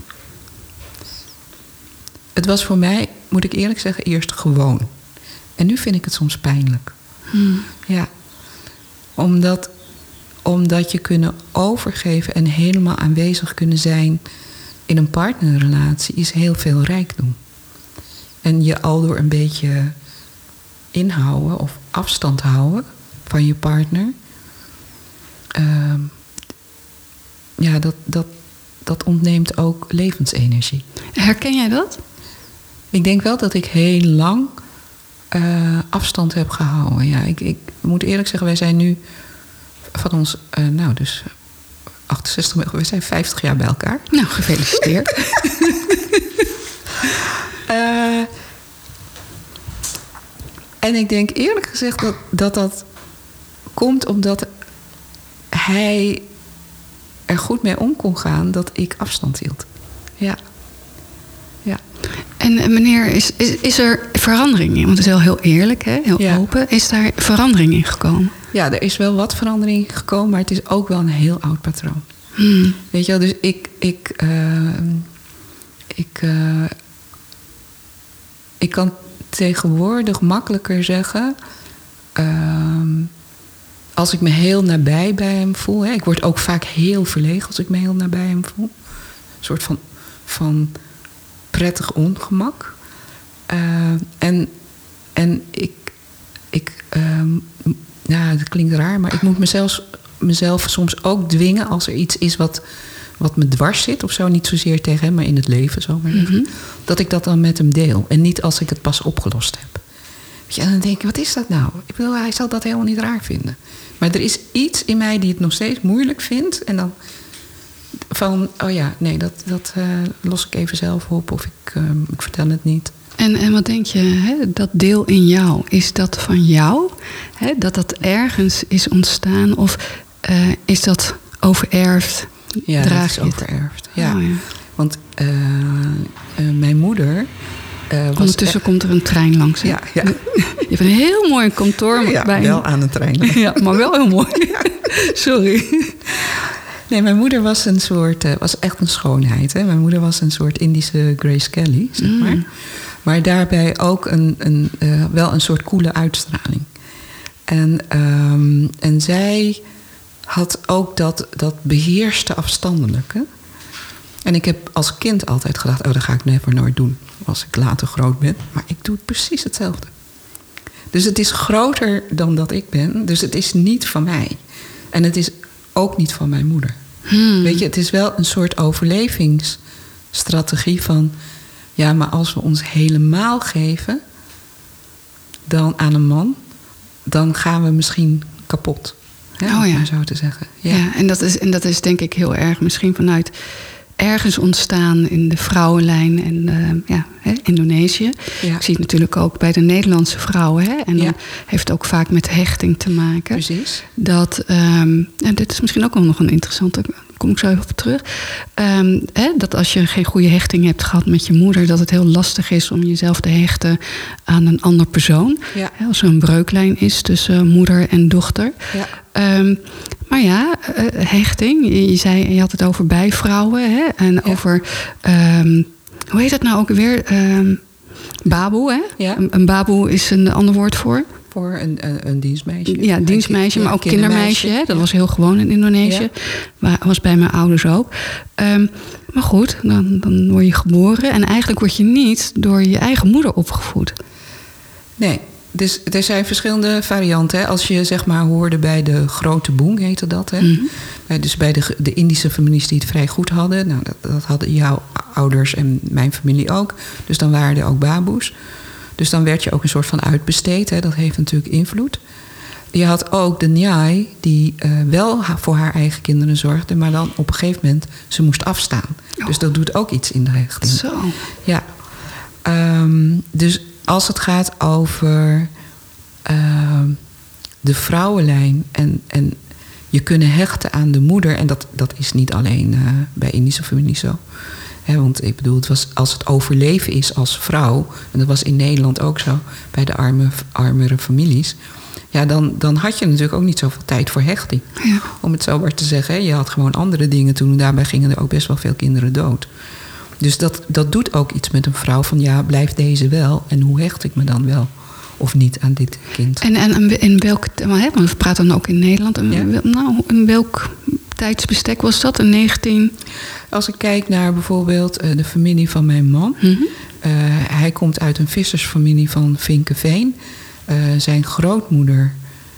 Het was voor mij, moet ik eerlijk zeggen, eerst gewoon. En nu vind ik het soms pijnlijk. Hmm. Ja. Omdat... Omdat je kunnen overgeven en helemaal aanwezig kunnen zijn... in een partnerrelatie is heel veel rijkdom. En je al door een beetje inhouden of afstand houden van je partner... Uh, ja, dat, dat, dat ontneemt ook levensenergie. Herken jij dat? Ik denk wel dat ik heel lang uh, afstand heb gehouden. Ja, ik, ik moet eerlijk zeggen, wij zijn nu... van ons, uh, nou dus achtenzestig, we zijn vijftig jaar bij elkaar. Nou, gefeliciteerd. uh, en ik denk eerlijk gezegd dat, dat dat komt omdat hij er goed mee om kon gaan dat ik afstand hield. Ja. Ja. En, en meneer, is, is, is er verandering in? Want het is wel heel eerlijk, hè? Heel ja. open. Is daar verandering in gekomen? Ja, er is wel wat verandering gekomen, maar het is ook wel een heel oud patroon. Hmm. Weet je wel, dus ik... Ik, uh, ik, uh, ik kan tegenwoordig makkelijker zeggen... Uh, als ik me heel nabij bij hem voel... Hè, ik word ook vaak heel verlegen als ik me heel nabij hem voel. Een soort van, van prettig ongemak. Uh, en, en ik... ik um, ja, dat klinkt raar, maar ik moet mezelf, mezelf soms ook dwingen... als er iets is wat, wat me dwars zit of zo. Niet zozeer tegen hem, maar in het leven, zo maar zeggen. Mm-hmm. Dat ik dat dan met hem deel. En niet als ik het pas opgelost heb. Weet je, en dan denk ik, wat is dat nou? Ik bedoel, hij zal dat helemaal niet raar vinden. Maar er is iets in mij die het nog steeds moeilijk vindt. En dan van, oh ja, nee, dat, dat uh, los ik even zelf op. Of ik, uh, ik vertel het niet. En, en wat denk je, hè, dat deel in jou, is dat van jou? Hè, dat dat ergens is ontstaan? Of uh, is dat overerfd? Ja, dat is overerfd. Ja. Oh, ja. Want uh, uh, mijn moeder... Uh, was Ondertussen echt... komt er een trein langs. Ja, ja. Je hebt een heel mooi kantoor. Ja, bij wel aan een trein. Ja, maar wel heel mooi. Ja. Sorry. Nee, mijn moeder was een soort... Uh, was echt een schoonheid. Hè? Mijn moeder was een soort Indische Grace Kelly, zeg maar. Mm. Maar daarbij ook een, een, uh, wel een soort koele uitstraling. En, um, en zij had ook dat, dat beheerste afstandelijke. En ik heb als kind altijd gedacht... oh, dat ga ik never nooit doen als ik later groot ben. Maar ik doe precies hetzelfde. Dus het is groter dan dat ik ben. Dus het is niet van mij. En het is ook niet van mijn moeder. Hmm. Weet je, het is wel een soort overlevingsstrategie van... ja, maar als we ons helemaal geven... dan aan een man... dan gaan we misschien kapot. Ja, oh ja. om maar zo te zeggen. Ja, ja en, dat is, en dat is denk ik heel erg misschien vanuit... ergens ontstaan in de vrouwenlijn en uh, ja, hè, Indonesië. Ja. Ik zie het natuurlijk ook bij de Nederlandse vrouwen. Hè, en ja. dan heeft het ook vaak met hechting te maken. Precies. Dat, um, en dit is misschien ook wel nog een interessante, daar kom ik zo even op terug. Um, hè, dat als je geen goede hechting hebt gehad met je moeder, dat het heel lastig is om jezelf te hechten aan een ander persoon. Ja. Hè, als er een breuklijn is tussen moeder en dochter. Ja. Um, Maar ja, uh, hechting. Je, je zei, je had het over bijvrouwen. Hè? En ja. over, um, hoe heet dat nou ook weer? Um, baboe, hè? Ja. Een, een baboe is een ander woord voor. Voor een, een, een dienstmeisje. Ja, dienstmeisje, ja, maar ook kindermeisje. Hè? Dat ja. was heel gewoon in Indonesië. Ja. Maar was bij mijn ouders ook. Um, maar goed, dan, dan word je geboren. En eigenlijk word je niet door je eigen moeder opgevoed. Nee. Dus er zijn verschillende varianten. Hè. Als je zeg maar hoorde bij de grote boeng, heette dat. Hè. Mm-hmm. Dus bij de, de Indische families die het vrij goed hadden. Nou, dat, dat hadden jouw ouders en mijn familie ook. Dus dan waren er ook baboes. Dus dan werd je ook een soort van uitbesteed. Hè. Dat heeft natuurlijk invloed. Je had ook de njai die uh, wel voor haar eigen kinderen zorgde. Maar dan op een gegeven moment ze moest afstaan. Oh. Dus dat doet ook iets in de hechting. Zo. Ja. Um, dus... Als het gaat over uh, de vrouwenlijn en, en je kunnen hechten aan de moeder. En dat, dat is niet alleen uh, bij Indische families zo. He, want ik bedoel, het was, als het overleven is als vrouw, en dat was in Nederland ook zo, bij de arme, armere families. Ja, dan, dan had je natuurlijk ook niet zoveel tijd voor hechting. Ja. Om het zo maar te zeggen. He. Je had gewoon andere dingen toen. En daarbij gingen er ook best wel veel kinderen dood. Dus dat, dat doet ook iets met een vrouw van ja, blijft deze wel? En hoe hecht ik me dan wel of niet aan dit kind? En, en in welk, want we praten dan ook in Nederland. Ja. Nou, in welk tijdsbestek was dat? In negentien? Als ik kijk naar bijvoorbeeld uh, de familie van mijn man. Mm-hmm. Uh, hij komt uit een vissersfamilie van Vinkeveen. Uh, zijn grootmoeder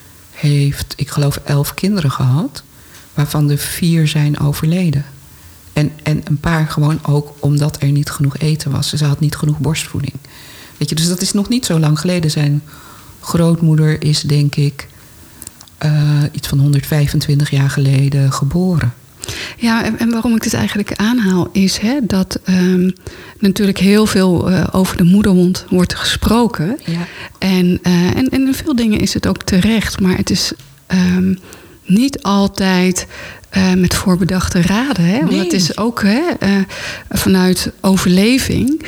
heeft, ik geloof, elf kinderen gehad. Waarvan er vier zijn overleden. En, en een paar gewoon ook omdat er niet genoeg eten was. Ze had niet genoeg borstvoeding. Weet je, dus dat is nog niet zo lang geleden. Zijn grootmoeder is denk ik uh, iets van honderdvijfentwintig jaar geleden geboren. Ja, en, en waarom ik dit eigenlijk aanhaal is hè, dat um, natuurlijk heel veel uh, over de moedermond wordt gesproken. Ja. En, uh, en, en in veel dingen is het ook terecht. Maar het is um, niet altijd uh, met voorbedachte raden. Hè? Want nee. Het is ook hè, uh, vanuit overleving.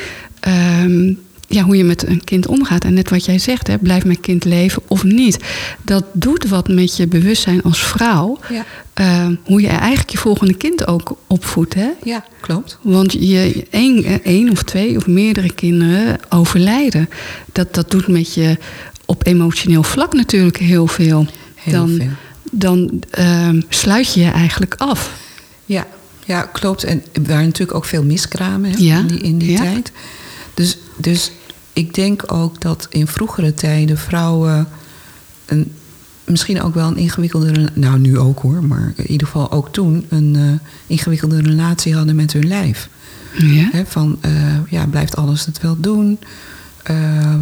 Um, Ja, hoe je met een kind omgaat. En net wat jij zegt, hè, blijft mijn kind leven of niet. Dat doet wat met je bewustzijn als vrouw. Ja. Uh, hoe je eigenlijk je volgende kind ook opvoedt. Hè? Ja, klopt. Want je één, één of twee of meerdere kinderen overlijden. Dat, dat doet met je op emotioneel vlak natuurlijk heel veel. Heel dan veel. dan uh, sluit je je eigenlijk af. Ja, ja, klopt. En er waren natuurlijk ook veel miskramen hè, ja. in die, in die ja. tijd. Dus, dus ik denk ook dat in vroegere tijden vrouwen een, misschien ook wel een ingewikkelde... Nou, nu ook hoor, maar in ieder geval ook toen... een uh, ingewikkelde relatie hadden met hun lijf. Ja. He, van, uh, ja, blijft alles het wel doen? Uh,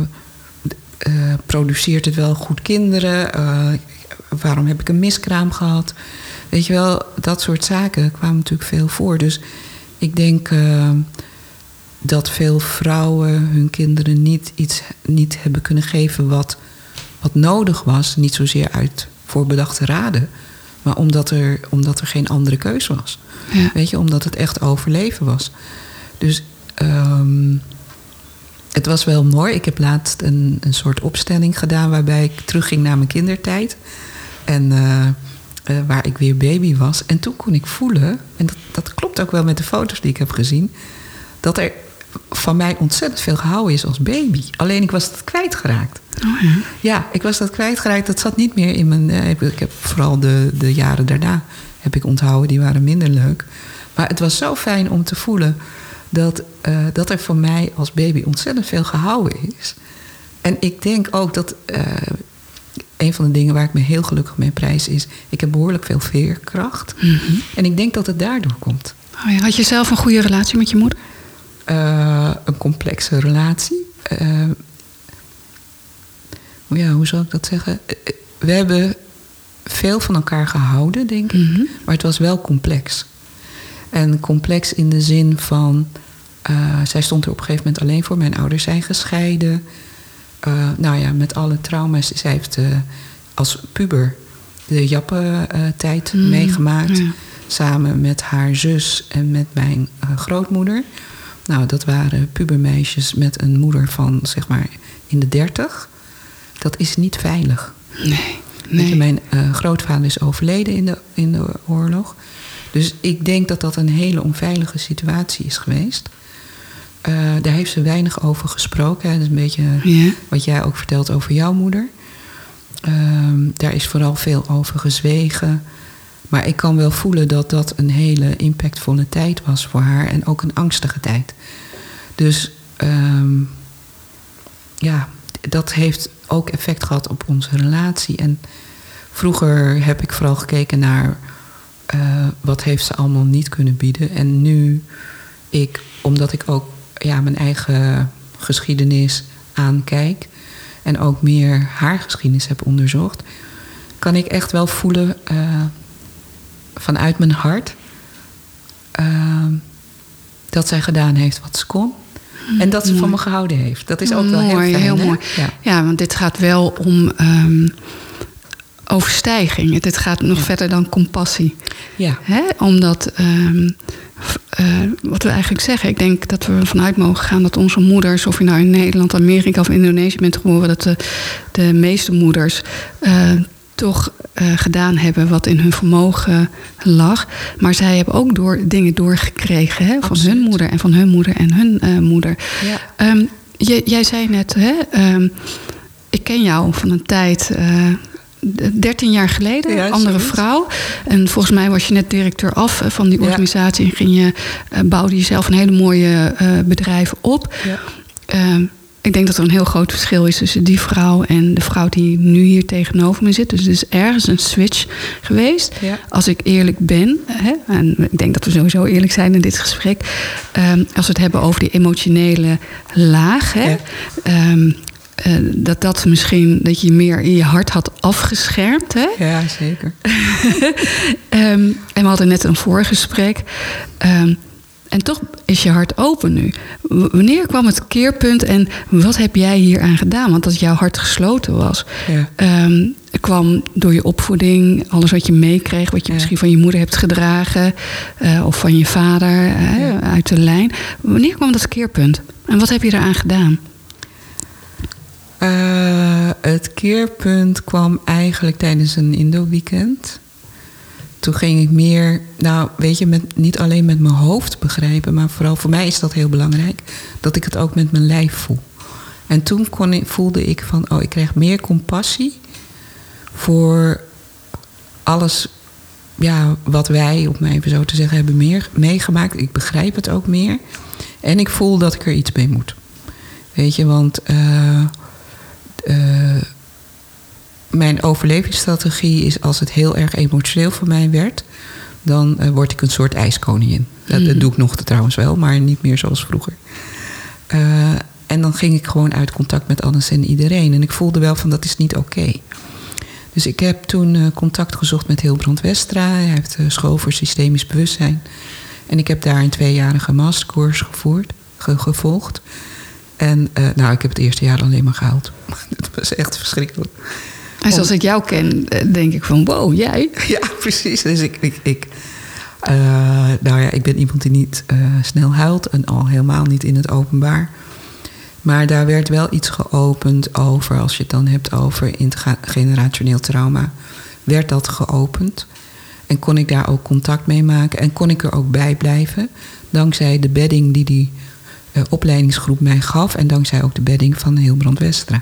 uh, produceert het wel goed kinderen? Uh, waarom heb ik een miskraam gehad? Weet je wel, dat soort zaken kwamen natuurlijk veel voor. Dus ik denk... Uh, dat veel vrouwen hun kinderen niet iets niet hebben kunnen geven wat, wat nodig was. Niet zozeer uit voorbedachte raden, maar omdat er, omdat er geen andere keus was. Ja. Weet je, omdat het echt overleven was. Dus um, het was wel mooi. Ik heb laatst een, een soort opstelling gedaan waarbij ik terugging naar mijn kindertijd. En uh, uh, waar ik weer baby was. En toen kon ik voelen, en dat, dat klopt ook wel met de foto's die ik heb gezien, dat er van mij ontzettend veel gehouden is als baby. Alleen ik was dat kwijtgeraakt. Oh ja. Ja, ik was dat kwijtgeraakt. Dat zat niet meer in mijn... Uh, ik heb vooral de, de jaren daarna heb ik onthouden. Die waren minder leuk. Maar het was zo fijn om te voelen dat, uh, dat er voor mij als baby ontzettend veel gehouden is. En ik denk ook dat... Uh, een van de dingen waar ik me heel gelukkig mee prijs is... ik heb behoorlijk veel veerkracht. Mm-hmm. En ik denk dat het daardoor komt. Oh ja. Had je zelf een goede relatie met je moeder? Uh, een complexe relatie. Uh, ja, hoe zal ik dat zeggen? We hebben veel van elkaar gehouden, denk ik. Mm-hmm. Maar het was wel complex. En complex in de zin van... Uh, zij stond er op een gegeven moment alleen voor. Mijn ouders zijn gescheiden. Uh, nou ja, met alle trauma's. Zij heeft uh, als puber de Jappe-tijd mm, meegemaakt. Ja. Samen met haar zus en met mijn uh, grootmoeder. Nou, dat waren pubermeisjes met een moeder van, zeg maar, in de dertig. Dat is niet veilig. Nee, nee. Je, mijn uh, grootvader is overleden in de, in de oorlog. Dus ik denk dat dat een hele onveilige situatie is geweest. Uh, daar heeft ze weinig over gesproken. Dat is een beetje ja. wat jij ook vertelt over jouw moeder. Uh, daar is vooral veel over gezwegen. Maar ik kan wel voelen dat dat een hele impactvolle tijd was voor haar. En ook een angstige tijd. Dus um, ja, dat heeft ook effect gehad op onze relatie. En vroeger heb ik vooral gekeken naar... Uh, wat heeft ze allemaal niet kunnen bieden. En nu ik, omdat ik ook ja, mijn eigen geschiedenis aankijk... en ook meer haar geschiedenis heb onderzocht... kan ik echt wel voelen uh, vanuit mijn hart... Uh, dat zij gedaan heeft wat ze kon. En dat ze mooi. Van me gehouden heeft. Dat is ook wel mooi, heel fijn. Heel hè? mooi. Ja. ja, want dit gaat wel om... Um, overstijging. Dit gaat nog ja. verder dan compassie. Ja. Hè? Omdat, um, uh, wat we eigenlijk zeggen... ik denk dat we ervan uit mogen gaan dat onze moeders... of je nou in Nederland, Amerika of Indonesië bent geboren... dat de, de meeste moeders uh, toch uh, gedaan hebben wat in hun vermogen lag. Maar zij hebben ook door, dingen doorgekregen... Hè? Van hun moeder en van hun moeder en hun uh, moeder. Ja. Um, j- jij zei net... Hè, um, ik ken jou van een tijd... Uh, dertien jaar geleden, ja, andere zoiets. Vrouw. En volgens mij was je net directeur af van die organisatie... Ja. en ging je, uh, bouwde je zelf een hele mooie uh, bedrijf op. Ja. Uh, ik denk dat er een heel groot verschil is tussen die vrouw... en de vrouw die nu hier tegenover me zit. Dus er is ergens een switch geweest. Ja. Als ik eerlijk ben, hè, en ik denk dat we sowieso eerlijk zijn in dit gesprek... Um, als we het hebben over die emotionele laag... Hè, ja. um, Uh, dat dat misschien, dat je meer in je hart had afgeschermd. Hè? Ja, zeker. um, en we hadden net een voorgesprek. Um, en toch is je hart open nu. W- wanneer kwam het keerpunt en wat heb jij hier aan gedaan? Want dat jouw hart gesloten was. Ja. Um, kwam door je opvoeding, alles wat je meekreeg... wat je ja. misschien van je moeder hebt gedragen... Uh, of van je vader, uh, ja. uit de lijn. Wanneer kwam dat keerpunt? En wat heb je eraan gedaan? Uh, het keerpunt kwam eigenlijk tijdens een Indo-weekend. Toen ging ik meer, nou weet je, met, niet alleen met mijn hoofd begrijpen... maar vooral voor mij is dat heel belangrijk... dat ik het ook met mijn lijf voel. En toen kon ik, voelde ik van, oh, ik kreeg meer compassie... voor alles ja, wat wij, om mij even zo te zeggen, hebben meer meegemaakt. Ik begrijp het ook meer. En ik voel dat ik er iets mee moet. Weet je, want... Uh, Uh, mijn overlevingsstrategie is als het heel erg emotioneel voor mij werd... dan uh, word ik een soort ijskoningin. Dat, mm. dat doe ik nog trouwens wel, maar niet meer zoals vroeger. Uh, en dan ging ik gewoon uit contact met alles en iedereen. En ik voelde wel van dat is niet oké. Okay. Dus ik heb toen uh, contact gezocht met Hilbrand Westra. Hij heeft de school voor systemisch bewustzijn. En ik heb daar een tweejarige mastercourse gevoerd, ge- gevolgd... En uh, nou, ik heb het eerste jaar alleen maar gehaald. Dat was echt verschrikkelijk. En zoals Om... ik jou ken, denk ik van wow, jij? Ja, precies. Dus ik, ik, ik, uh, nou ja, ik ben iemand die niet uh, snel huilt. En al helemaal niet in het openbaar. Maar daar werd wel iets geopend over, als je het dan hebt over intergenerationeel trauma. Werd dat geopend. En kon ik daar ook contact mee maken. En kon ik er ook bij blijven. Dankzij de bedding die die... Uh, opleidingsgroep mij gaf. En dankzij ook de bedding van Hilbrand Westra.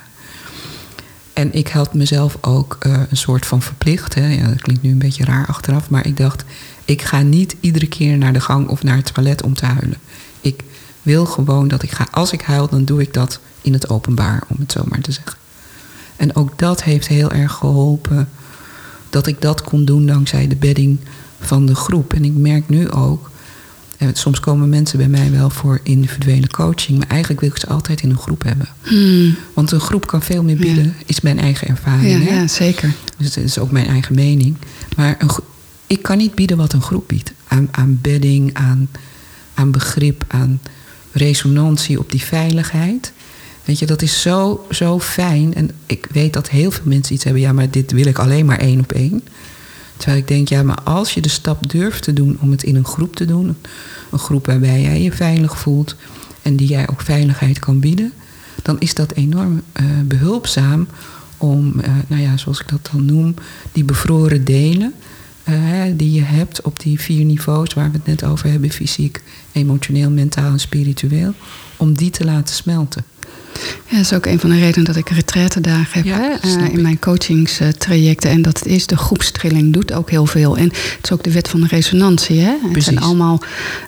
En ik had mezelf ook uh, een soort van verplicht. Hè. Ja, dat klinkt nu een beetje raar achteraf. Maar ik dacht, ik ga niet iedere keer naar de gang of naar het toilet om te huilen. Ik wil gewoon dat ik ga. Als ik huil, dan doe ik dat in het openbaar, om het zo maar te zeggen. En ook dat heeft heel erg geholpen. Dat ik dat kon doen dankzij de bedding van de groep. En ik merk nu ook. Soms komen mensen bij mij wel voor individuele coaching... maar eigenlijk wil ik ze altijd in een groep hebben. Hmm. Want een groep kan veel meer bieden, ja. is mijn eigen ervaring. Ja, hè? ja zeker. Dus het is ook mijn eigen mening. Maar een, ik kan niet bieden wat een groep biedt. aan, aan bedding, aan, aan begrip, aan resonantie op die veiligheid. Weet je, dat is zo, zo fijn. En ik weet dat heel veel mensen iets hebben, ja, maar dit wil ik alleen maar één op één. Terwijl ik denk, ja, maar als je de stap durft te doen om het in een groep te doen, een groep waarbij jij je veilig voelt en die jij ook veiligheid kan bieden, dan is dat enorm uh, behulpzaam om, uh, nou ja, zoals ik dat dan noem, die bevroren delen uh, die je hebt op die vier niveaus waar we het net over hebben, fysiek, emotioneel, mentaal en spiritueel, om die te laten smelten. Ja, dat is ook een van de redenen dat ik retraitedagen heb, ja, hè, uh, in mijn coachingstrajecten. En dat is de groepstrilling doet ook heel veel. En het is ook de wet van de resonantie. Hè? Het zijn allemaal,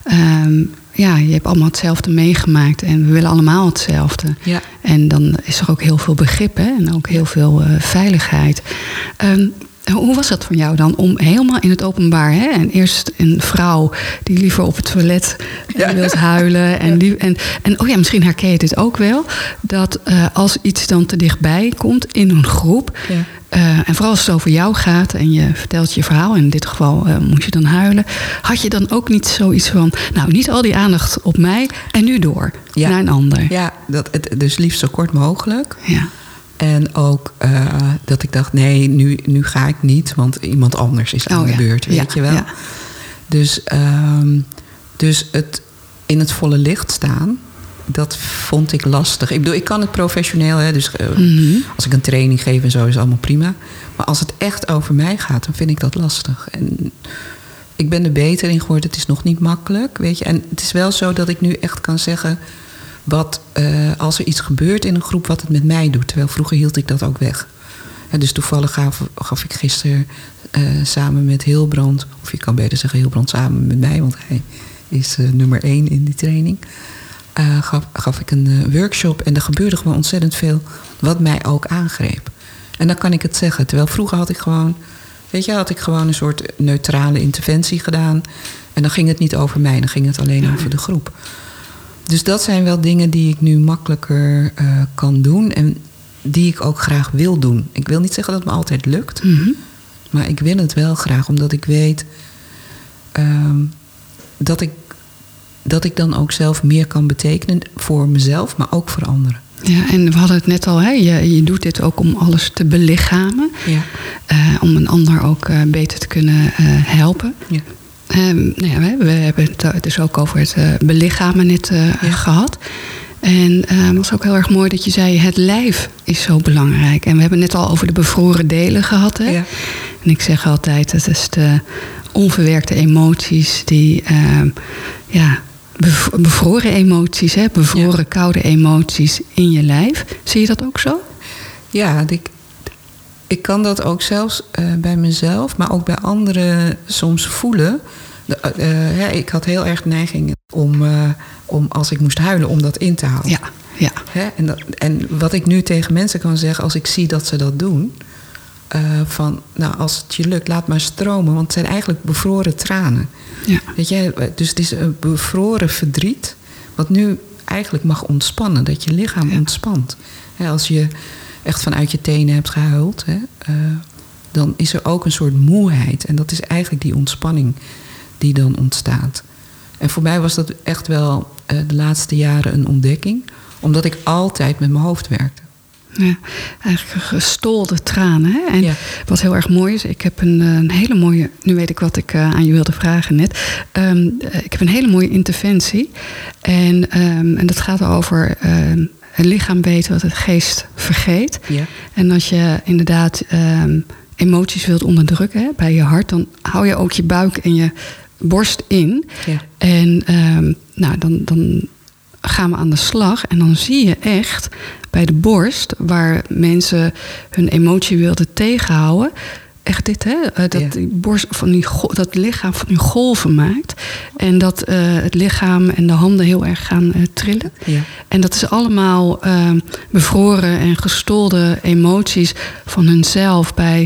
um, ja, je hebt allemaal hetzelfde meegemaakt en we willen allemaal hetzelfde. Ja. En dan is er ook heel veel begrip, hè? En ook heel veel uh, veiligheid. Um, Hoe was dat van jou dan om helemaal in het openbaar, hè? En eerst een vrouw die liever op het toilet ja. wilt huilen. En, die, en, en oh ja, misschien herken je dit ook wel. Dat uh, als iets dan te dichtbij komt in een groep. Ja. Uh, en vooral als het over jou gaat en je vertelt je verhaal. In dit geval uh, moest je dan huilen. Had je dan ook niet zoiets van, nou, niet al die aandacht op mij en nu door ja. naar een ander. Ja, dat, het, dus liefst zo kort mogelijk. Ja. En ook uh, dat ik dacht, nee, nu, nu ga ik niet, want iemand anders is aan oh, de ja. beurt, weet ja, je wel. Ja. Dus, um, dus het in het volle licht staan, dat vond ik lastig. Ik bedoel, ik kan het professioneel, hè, dus uh, mm-hmm. als ik een training geef en zo is allemaal prima. Maar als het echt over mij gaat, dan vind ik dat lastig. En ik ben er beter in geworden, het is nog niet makkelijk, weet je. En het is wel zo dat ik nu echt kan zeggen, wat, uh, als er iets gebeurt in een groep, wat het met mij doet. Terwijl vroeger hield ik dat ook weg. Ja, dus toevallig gaf, gaf ik gisteren uh, samen met Hilbrand, of je kan beter zeggen Hilbrand samen met mij, want hij is uh, nummer één in die training. Uh, gaf, gaf ik een uh, workshop en er gebeurde gewoon ontzettend veel wat mij ook aangreep. En dan kan ik het zeggen. Terwijl vroeger had ik gewoon, weet je, had ik gewoon een soort neutrale interventie gedaan. En dan ging het niet over mij, dan ging het alleen over de groep. Dus dat zijn wel dingen die ik nu makkelijker uh, kan doen. En die ik ook graag wil doen. Ik wil niet zeggen dat het me altijd lukt. Mm-hmm. Maar ik wil het wel graag. Omdat ik weet um, dat, ik, dat ik dan ook zelf meer kan betekenen. Voor mezelf, maar ook voor anderen. Ja, en we hadden het net al. Hè? Je, je doet dit ook om alles te belichamen. Ja. Uh, om een ander ook uh, beter te kunnen uh, helpen. Ja. Um, nou ja, we hebben het dus ook over het uh, belichamen net uh, ja. gehad. En het uh, was ook heel erg mooi dat je zei, het lijf is zo belangrijk. En we hebben het net al over de bevroren delen gehad. Hè? Ja. En ik zeg altijd, het is de onverwerkte emoties die, uh, ja, bev- bevroren emoties, hè? bevroren ja. koude emoties in je lijf. Zie je dat ook zo? Ja, ik, ik kan dat ook zelfs uh, bij mezelf, maar ook bij anderen soms voelen. De, uh, ja, ik had heel erg neiging om, uh, om als ik moest huilen, om dat in te houden. Ja, ja. Hè? En, dat, en wat ik nu tegen mensen kan zeggen, als ik zie dat ze dat doen, uh, van, nou, als het je lukt, laat maar stromen, want het zijn eigenlijk bevroren tranen. Ja. Weet je, dus het is een bevroren verdriet, wat nu eigenlijk mag ontspannen, dat je lichaam ja. ontspant. Hè, als je echt vanuit je tenen hebt gehuild, hè, uh, dan is er ook een soort moeheid. En dat is eigenlijk die ontspanning die dan ontstaat. En voor mij was dat echt wel uh, de laatste jaren een ontdekking. Omdat ik altijd met mijn hoofd werkte. Ja, eigenlijk gestolde tranen. Hè? En ja. wat heel erg mooi is, ik heb een, een hele mooie, nu weet ik wat ik uh, aan je wilde vragen net. Um, ik heb een hele mooie interventie. En, um, en dat gaat over Um, het lichaam weet wat het geest vergeet. Ja. En als je inderdaad um, emoties wilt onderdrukken, hè, bij je hart, dan hou je ook je buik en je borst in. Ja. En um, nou, dan, dan gaan we aan de slag. En dan zie je echt bij de borst, waar mensen hun emotie wilden tegenhouden, echt dit, hè? Dat, ja. die borst van die, dat lichaam van die golven maakt. En dat uh, het lichaam en de handen heel erg gaan uh, trillen. Ja. En dat is allemaal uh, bevroren en gestolde emoties van hunzelf bij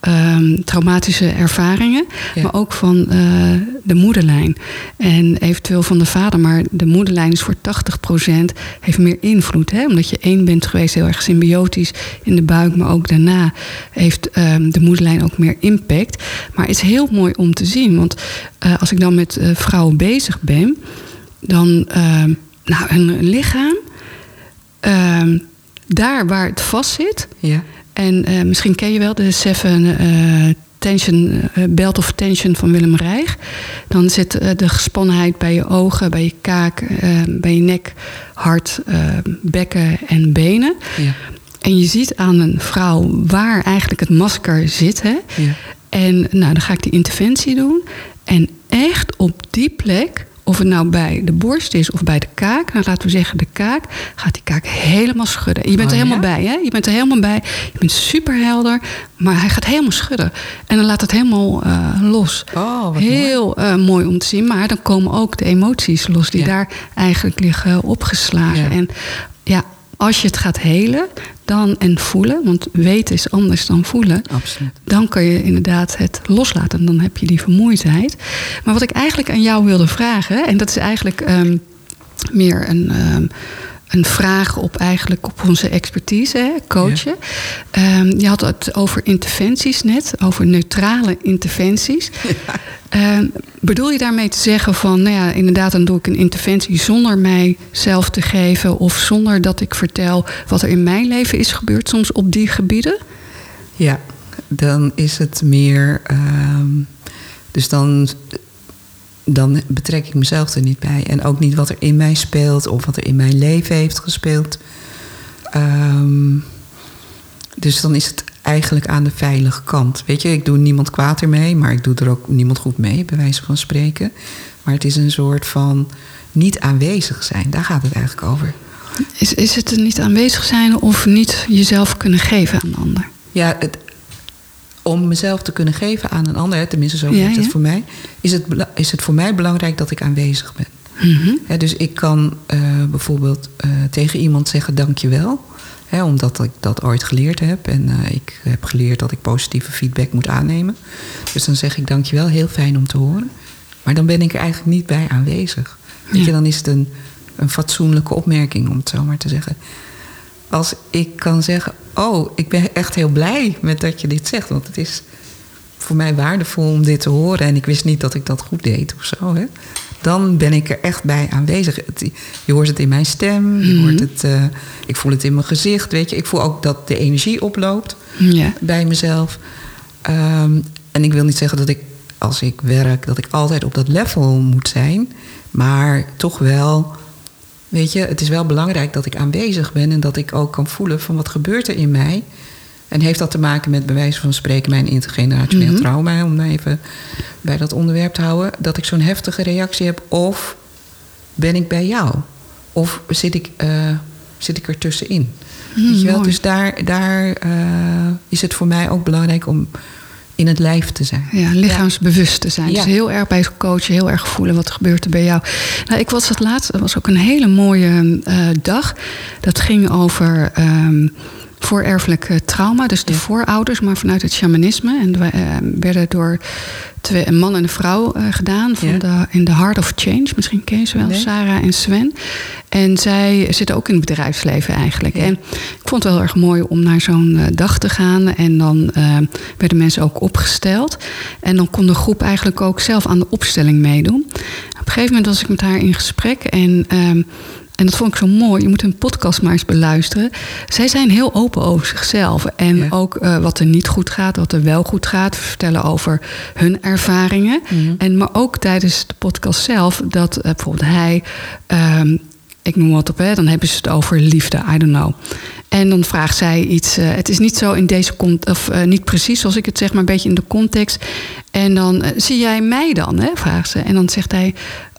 um, traumatische ervaringen, Ja. maar ook van uh, de moederlijn. En eventueel van de vader, maar de moederlijn is voor tachtig procent heeft meer invloed. Hè? Omdat je één bent geweest, heel erg symbiotisch in de buik, maar ook daarna heeft um, de moederlijn ook meer impact. Maar het is heel mooi om te zien, want uh, als ik dan met uh, vrouwen bezig ben, dan uh, nou, hun lichaam, uh, daar waar het vast zit. Ja. En uh, misschien ken je wel de Seven uh, tension, uh, Belt of Tension van Willem Reich. Dan zit uh, de gespannenheid bij je ogen, bij je kaak, uh, bij je nek, hart, uh, bekken en benen. Ja. En je ziet aan een vrouw waar eigenlijk het masker zit. Hè? Ja. En nou, dan ga ik die interventie doen. En echt op die plek, of het nou bij de borst is of bij de kaak, nou laten we zeggen de kaak, gaat die kaak helemaal schudden. En je bent Oh, er helemaal ja? bij, hè? Je bent er helemaal bij. Je bent super helder, maar hij gaat helemaal schudden. En dan laat het helemaal uh, los. Oh, wat Heel mooi. Uh, mooi om te zien, maar dan komen ook de emoties los die Ja. daar eigenlijk liggen opgeslagen. Ja. En ja, als je het gaat helen dan en voelen, want weten is anders dan voelen, Absoluut. dan kan je inderdaad het loslaten. En dan heb je die vermoeidheid. Maar wat ik eigenlijk aan jou wilde vragen, en dat is eigenlijk um, meer een, um, een vraag op, eigenlijk op onze expertise, hè, coachen. Ja. Um, je had het over interventies net, over neutrale interventies. Ja. Um, bedoel je daarmee te zeggen van, nou ja, inderdaad, dan doe ik een interventie zonder mijzelf te geven of zonder dat ik vertel wat er in mijn leven is gebeurd, soms op die gebieden? Ja, dan is het meer. Um, dus dan, dan betrek ik mezelf er niet bij. En ook niet wat er in mij speelt of wat er in mijn leven heeft gespeeld. Um, dus dan is het eigenlijk aan de veilige kant. Weet je, ik doe niemand kwaad ermee, maar ik doe er ook niemand goed mee, bij wijze van spreken. Maar het is een soort van niet aanwezig zijn. Daar gaat het eigenlijk over. Is, is het er niet aanwezig zijn of niet jezelf kunnen geven aan een ander? Ja, het, om mezelf te kunnen geven aan een ander, tenminste zo ja, is het ja. voor mij, is het, is het voor mij belangrijk dat ik aanwezig ben. Mm-hmm. He, dus ik kan uh, bijvoorbeeld uh, tegen iemand zeggen dankjewel. He, omdat ik dat ooit geleerd heb. En uh, ik heb geleerd dat ik positieve feedback moet aannemen. Dus dan zeg ik dankjewel, heel fijn om te horen. Maar dan ben ik er eigenlijk niet bij aanwezig. Ja. Weet je, dan is het een, een fatsoenlijke opmerking, om het zo maar te zeggen. Als ik kan zeggen, oh, ik ben echt heel blij met dat je dit zegt. Want het is voor mij waardevol om dit te horen. En ik wist niet dat ik dat goed deed of zo. Hè? Dan ben ik er echt bij aanwezig. Het, je hoort het in mijn stem. Je hoort het, uh, ik voel het in mijn gezicht. Weet je. Ik voel ook dat de energie oploopt ja. bij mezelf. Um, en ik wil niet zeggen dat ik, als ik werk, dat ik altijd op dat level moet zijn. Maar toch wel, weet je, het is wel belangrijk dat ik aanwezig ben. En dat ik ook kan voelen van wat gebeurt er in mij. En heeft dat te maken met, bij wijze van spreken, mijn intergenerationeel mm-hmm. trauma, om nou even bij dat onderwerp te houden, dat ik zo'n heftige reactie heb, of ben ik bij jou? Of zit ik, uh, zit ik er tussenin? Mm, Weet je wel? Dus daar, daar uh, is het voor mij ook belangrijk om in het lijf te zijn. Ja, lichaamsbewust te zijn. Ja. Dus heel erg bij het coachen, heel erg voelen wat gebeurt er bij jou. Nou, ik was het laatst, het was ook een hele mooie uh, dag. Dat ging over Um, voorerfelijk uh, trauma, dus de ja. voorouders, maar vanuit het shamanisme. En we uh, werden door twee, een man en een vrouw uh, gedaan van ja. de, in The Heart of Change. Misschien ken je ze wel, nee. Sarah en Sven. En zij zitten ook in het bedrijfsleven eigenlijk. Ja. En ik vond het wel erg mooi om naar zo'n uh, dag te gaan. En dan uh, werden mensen ook opgesteld. En dan kon de groep eigenlijk ook zelf aan de opstelling meedoen. Op een gegeven moment was ik met haar in gesprek en Um, En dat vond ik zo mooi. Je moet hun podcast maar eens beluisteren. Zij zijn heel open over zichzelf. En ja. ook uh, wat er niet goed gaat, wat er wel goed gaat. Vertellen over hun ervaringen. Mm-hmm. En, maar ook tijdens de podcast zelf, dat uh, bijvoorbeeld hij, Um, ik noem wat op, hè, dan hebben ze het over liefde, I don't know. En dan vraagt zij iets, uh, het is niet zo in deze cont- of uh, niet precies zoals ik het zeg, maar een beetje in de context. En dan uh, zie jij mij dan, hè, vraagt ze. En dan zegt hij,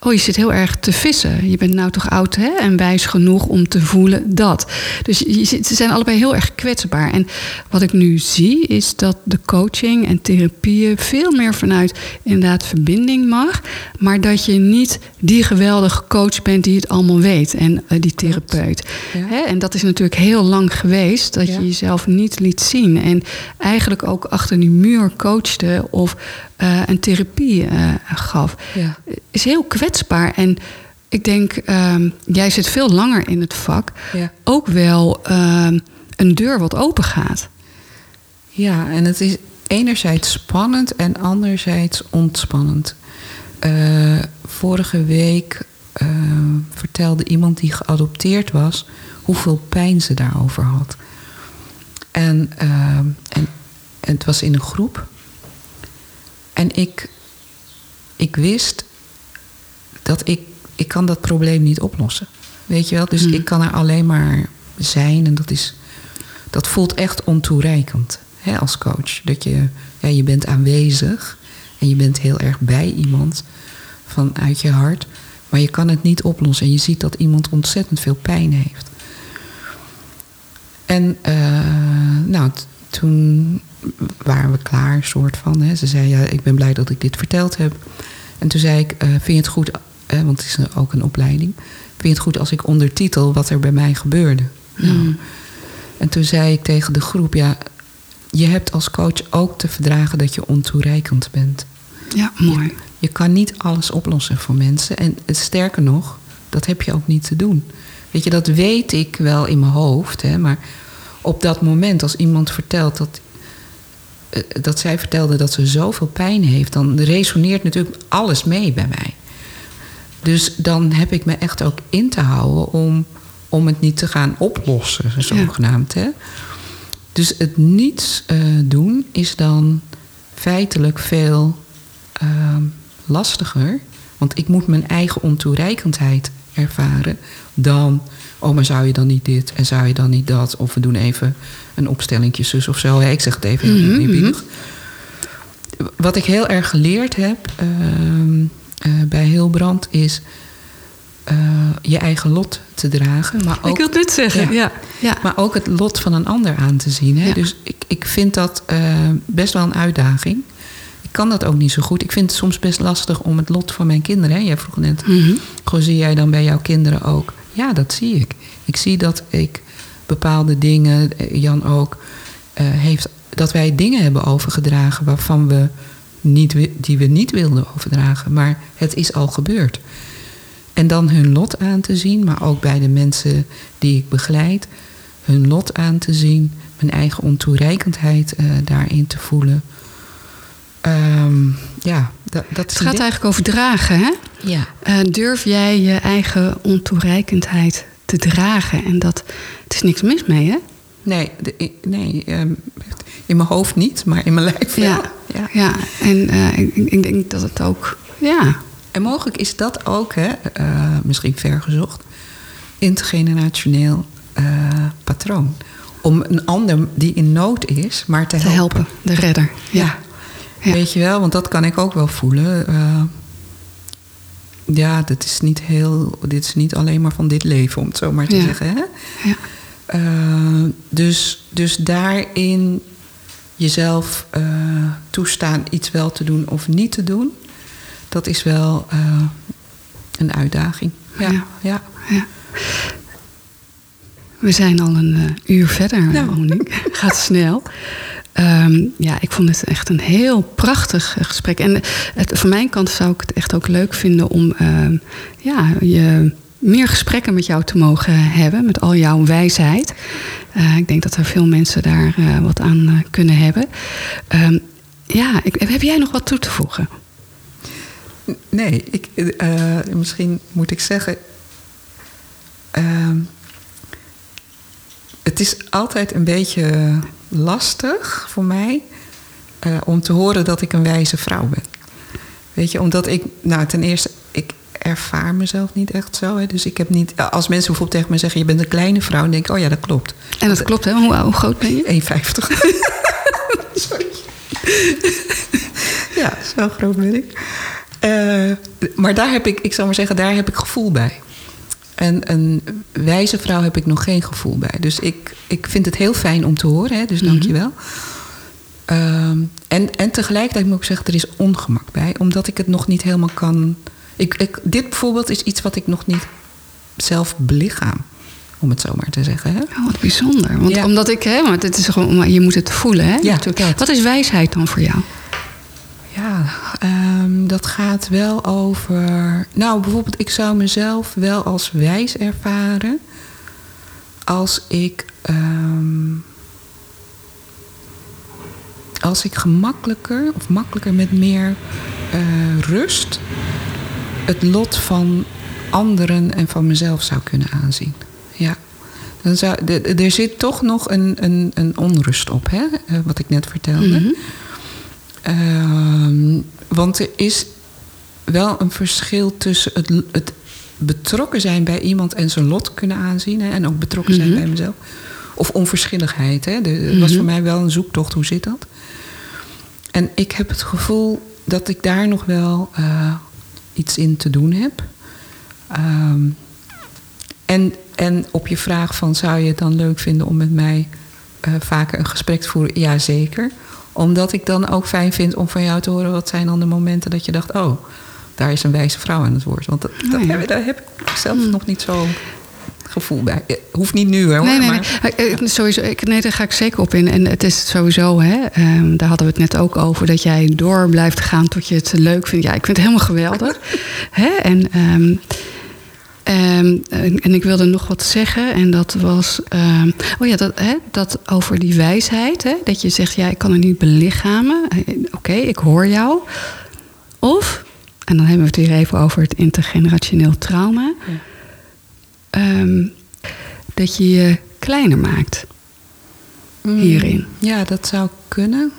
oh, je zit heel erg te vissen. Je bent nou toch oud, hè? En wijs genoeg om te voelen dat. Dus je zit, ze zijn allebei heel erg kwetsbaar. En wat ik nu zie, is dat de coaching en therapieën veel meer vanuit inderdaad verbinding mag. Maar dat je niet die geweldige coach bent die het allemaal weet. En uh, die therapeut. Ja. Hè? En dat is natuurlijk heel lang geweest. Dat ja. je jezelf niet liet zien. En eigenlijk ook achter die muur coachte of uh, een therapie uh, gaf. Ja. Is heel kwetsbaar. En ik denk, um, jij zit veel langer in het vak. Ja. Ook wel um, een deur wat open gaat. Ja, en het is enerzijds spannend en anderzijds ontspannend. Uh, vorige week uh, vertelde iemand die geadopteerd was hoeveel pijn ze daarover had. En, uh, en, en het was in een groep. En ik, ik wist dat ik, ik kan dat probleem niet oplossen. Weet je wel? Dus hmm. ik kan er alleen maar zijn. En dat, is, dat voelt echt ontoereikend, hè, als coach. Dat je, ja, je bent aanwezig en je bent heel erg bij iemand vanuit je hart. Maar je kan het niet oplossen. En je ziet dat iemand ontzettend veel pijn heeft. En uh, nou, t- toen waren we klaar, soort van. Hè. Ze zei, ja, ik ben blij dat ik dit verteld heb. En toen zei ik, uh, vind je het goed, uh, want het is ook een opleiding. Vind je het goed als ik ondertitel wat er bij mij gebeurde? Mm. Nou, en toen zei ik tegen de groep, ja, je hebt als coach ook te verdragen dat je ontoereikend bent. Ja, mooi. Je, je kan niet alles oplossen voor mensen. En sterker nog, dat heb je ook niet te doen. Weet je, dat weet ik wel in mijn hoofd. Hè, maar op dat moment, als iemand vertelt dat, uh, dat zij vertelde dat ze zoveel pijn heeft, dan resoneert natuurlijk alles mee bij mij. Dus dan heb ik me echt ook in te houden om, om het niet te gaan oplossen, zogenaamd. Hè. Dus het niets uh, doen is dan feitelijk veel uh, lastiger. Want ik moet mijn eigen ontoereikendheid ervaren dan, oh, maar zou je dan niet dit en zou je dan niet dat? Of we doen even een opstellingje zus of zo. Ja, ik zeg het even heel mm-hmm. eerbiedig. Wat ik heel erg geleerd heb uh, uh, bij Hilbrand is uh, je eigen lot te dragen. Maar ook, ik wil dit zeggen, ja, ja. ja. Maar ook het lot van een ander aan te zien. Hè? Ja. Dus ik, ik vind dat uh, best wel een uitdaging. Ik kan dat ook niet zo goed. Ik vind het soms best lastig om het lot van mijn kinderen. Hè? Jij vroeg net, mm-hmm. hoe zie jij dan bij jouw kinderen ook? Ja, dat zie ik. Ik zie dat ik bepaalde dingen, Jan ook, uh, heeft, dat wij dingen hebben overgedragen waarvan we niet, die we niet wilden overdragen. Maar het is al gebeurd. En dan hun lot aan te zien, maar ook bij de mensen die ik begeleid, hun lot aan te zien, mijn eigen ontoereikendheid uh, daarin te voelen. Um, ja, dat, dat het gaat eigenlijk over dragen, hè? Ja. Uh, durf jij je eigen ontoereikendheid te dragen? En dat, het is niks mis mee, hè? Nee, de, nee um, in mijn hoofd niet, maar in mijn lijf wel. Ja, ja. ja. En uh, ik, ik denk dat het ook, ja. En mogelijk is dat ook, hè, uh, misschien vergezocht, intergenerationeel uh, patroon. Om een ander die in nood is, maar te, te helpen. helpen. De redder, ja. ja. Ja. Weet je wel, want dat kan ik ook wel voelen. Uh, ja, dit is niet heel, dit is niet alleen maar van dit leven, om het zo maar te ja. zeggen. Hè? Ja. Uh, dus, dus daarin jezelf uh, toestaan iets wel te doen of niet te doen, dat is wel uh, een uitdaging. Ja. Ja. Ja. Ja. We zijn al een uh, uur verder, nou. Monique. Gaat snel. Um, ja, ik vond het echt een heel prachtig gesprek. En het, van mijn kant zou ik het echt ook leuk vinden om uh, ja, je meer gesprekken met jou te mogen hebben. Met al jouw wijsheid. Uh, ik denk dat er veel mensen daar uh, wat aan uh, kunnen hebben. Um, ja, ik, heb jij nog wat toe te voegen? Nee, ik, uh, misschien moet ik zeggen, Uh, het is altijd een beetje lastig voor mij uh, om te horen dat ik een wijze vrouw ben. Weet je, omdat ik, nou ten eerste, ik ervaar mezelf niet echt zo. Hè, dus ik heb niet, als mensen bijvoorbeeld tegen me zeggen, je bent een kleine vrouw, dan denk ik, oh ja, dat klopt. En dat klopt, hè? Hoe, hoe groot ben je? één vijftig. Sorry. Ja, zo groot ben ik. Uh, maar daar heb ik, ik zal maar zeggen, daar heb ik gevoel bij. En een wijze vrouw heb ik nog geen gevoel bij. Dus ik, ik vind het heel fijn om te horen, hè, dus mm-hmm. dank je wel. Um, en, en tegelijkertijd moet ik zeggen, er is ongemak bij. Omdat ik het nog niet helemaal kan... Ik, ik, dit bijvoorbeeld is iets wat ik nog niet zelf belichaam. Om het zo maar te zeggen. Hè? Oh, wat bijzonder. Want ja. omdat ik, hè, want het is gewoon, je moet het voelen. Hè? Ja, wat is wijsheid dan voor jou? Ja, um, dat gaat wel over... Nou, bijvoorbeeld, ik zou mezelf wel als wijs ervaren... als ik... Um, als ik gemakkelijker, of makkelijker met meer uh, rust... het lot van anderen en van mezelf zou kunnen aanzien. Ja. Dan zou, de, er zit toch nog een, een, een onrust op, hè? Uh, wat ik net vertelde. Mm-hmm. Uh, want er is wel een verschil tussen het, het betrokken zijn bij iemand en zijn lot kunnen aanzien. Hè, en ook betrokken zijn mm-hmm. bij mezelf. Of onverschilligheid. Hè. Het mm-hmm. was voor mij wel een zoektocht. Hoe zit dat? En ik heb het gevoel dat ik daar nog wel uh, iets in te doen heb. Um, en, en op je vraag van zou je het dan leuk vinden om met mij uh, vaker een gesprek te voeren? Ja, zeker. Omdat ik dan ook fijn vind om van jou te horen... wat zijn dan de momenten dat je dacht... oh, daar is een wijze vrouw aan het woord. Want dat, dat oh, ja. heb, daar heb ik zelf mm. nog niet zo gevoel bij. Hoeft niet nu, hoor. Nee, nee, maar... nee. Sowieso, ik, nee, daar ga ik zeker op in. En het is sowieso, hè, um, daar hadden we het net ook over... dat jij door blijft gaan tot je het leuk vindt. Ja, ik vind het helemaal geweldig. Hè? En... Um, Um, en ik wilde nog wat zeggen. En dat was... Um, oh ja, dat, hè, dat over die wijsheid. Hè, dat je zegt, ja, ik kan het niet belichamen. Oké, okay, ik hoor jou. Of, en dan hebben we het weer even over het intergenerationeel trauma. Ja. Um, dat je je kleiner maakt. Mm, hierin. Ja, dat zou kunnen.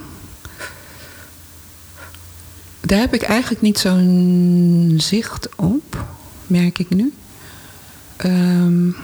Daar heb ik eigenlijk niet zo'n zicht op. Merk ik nu. Um,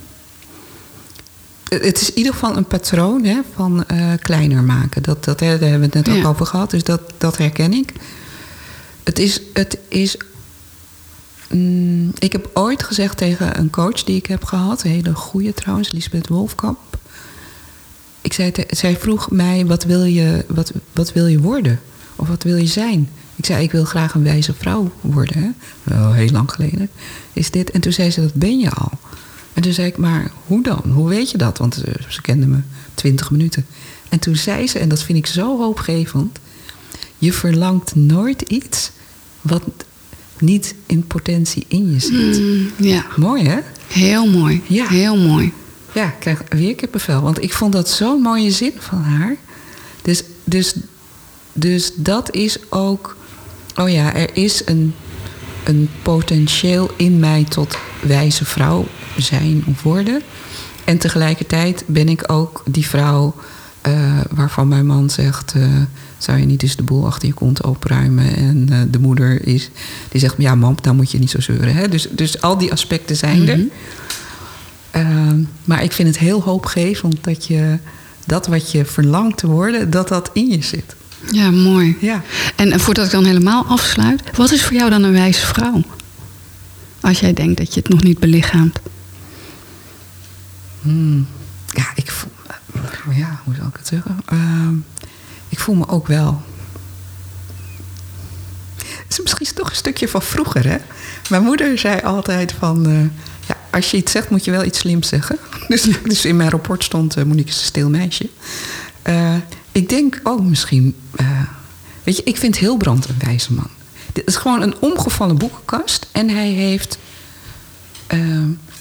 het is in ieder geval een patroon hè, van uh, kleiner maken. Dat, dat, hè, daar hebben we het net ja. ook over gehad. Dus dat, dat herken ik. Het is... Het is mm, ik heb ooit gezegd tegen een coach die ik heb gehad... een hele goede trouwens, Lisbeth Wolfkamp. Ik zei te, zij vroeg mij, wat wil, je, wat, wat wil je worden? Of wat wil je zijn? Ik zei, ik wil graag een wijze vrouw worden. Hè? Wel, heel lang geleden is dit. En toen zei ze, dat ben je al. En toen zei ik, maar hoe dan? Hoe weet je dat? Want ze, ze kende me twintig minuten. En toen zei ze, en dat vind ik zo hoopgevend... je verlangt nooit iets wat niet in potentie in je zit. Mm, ja. Mooi, hè? Heel mooi. Ja. Heel mooi. Ja, ik krijg weer kippenvel. Want ik vond dat zo'n mooie zin van haar. Dus, dus, dus dat is ook... Oh ja, er is een, een potentieel in mij tot wijze vrouw zijn of worden. En tegelijkertijd ben ik ook die vrouw uh, waarvan mijn man zegt... Uh, zou je niet eens de boel achter je kont opruimen? En uh, de moeder is, die zegt, ja mam, nou moet je niet zo zeuren. Hè? Dus, dus al die aspecten zijn mm-hmm. er. Uh, maar ik vind het heel hoopgevend dat je dat wat je verlangt te worden... dat dat in je zit. Ja, mooi. Ja. En, en voordat ik dan helemaal afsluit... wat is voor jou dan een wijze vrouw? Als jij denkt dat je het nog niet belichaamt. Hmm. Ja, ik voel... Ja, hoe zal ik het zeggen? Uh, ik voel me ook wel... Het is misschien toch een stukje van vroeger, hè? Mijn moeder zei altijd van... Uh, ja, als je iets zegt, moet je wel iets slims zeggen. Dus, dus in mijn rapport stond... Uh, Monique is een stil meisje. Uh, ik denk ook misschien... Uh, weet je, ik vind Hilbrand een wijze man. Dit is gewoon een omgevallen boekenkast. En hij heeft... Uh,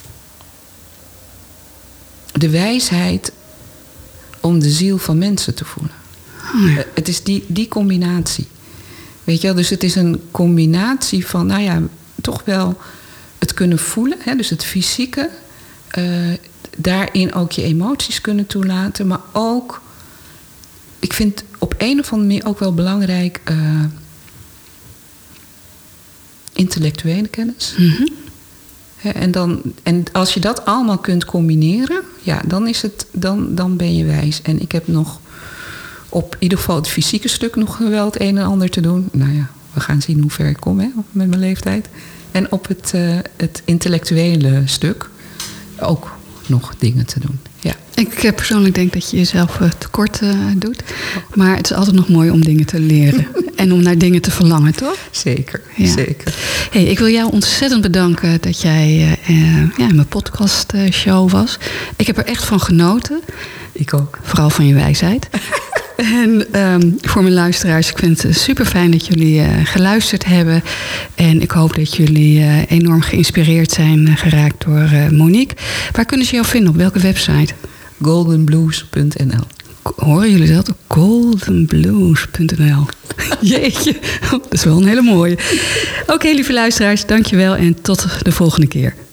de wijsheid... om de ziel van mensen te voelen. Oh ja. uh, het is die, die combinatie. Weet je wel, dus het is een combinatie van... nou ja, toch wel het kunnen voelen. Hè, dus het fysieke. Uh, daarin ook je emoties kunnen toelaten. Maar ook... Ik vind op een of andere manier ook wel belangrijk... Uh, intellectuele kennis. Mm-hmm. He, en, dan, en als je dat allemaal kunt combineren... ja, dan, is het, dan, dan ben je wijs. En ik heb nog op ieder geval het fysieke stuk... nog wel het een en ander te doen. Nou ja, we gaan zien hoe ver ik kom hè, met mijn leeftijd. En op het, uh, het intellectuele stuk ook nog dingen te doen. Ja. Ik uh, persoonlijk denk dat je jezelf uh, tekort uh, doet. Maar het is altijd nog mooi om dingen te leren. En om naar dingen te verlangen, toch? Zeker, ja. zeker. Hey, ik wil jou ontzettend bedanken dat jij uh, ja, in mijn podcastshow was. Ik heb er echt van genoten. Ik ook. Vooral van je wijsheid. En um, voor mijn luisteraars, ik vind het super fijn dat jullie uh, geluisterd hebben. En ik hoop dat jullie uh, enorm geïnspireerd zijn uh, geraakt door uh, Monique. Waar kunnen ze jou vinden? Op welke website? golden blues punt n l. Horen jullie dat? golden blues punt n l. Jeetje, dat is wel een hele mooie. Oké, okay, lieve luisteraars, dankjewel en tot de volgende keer.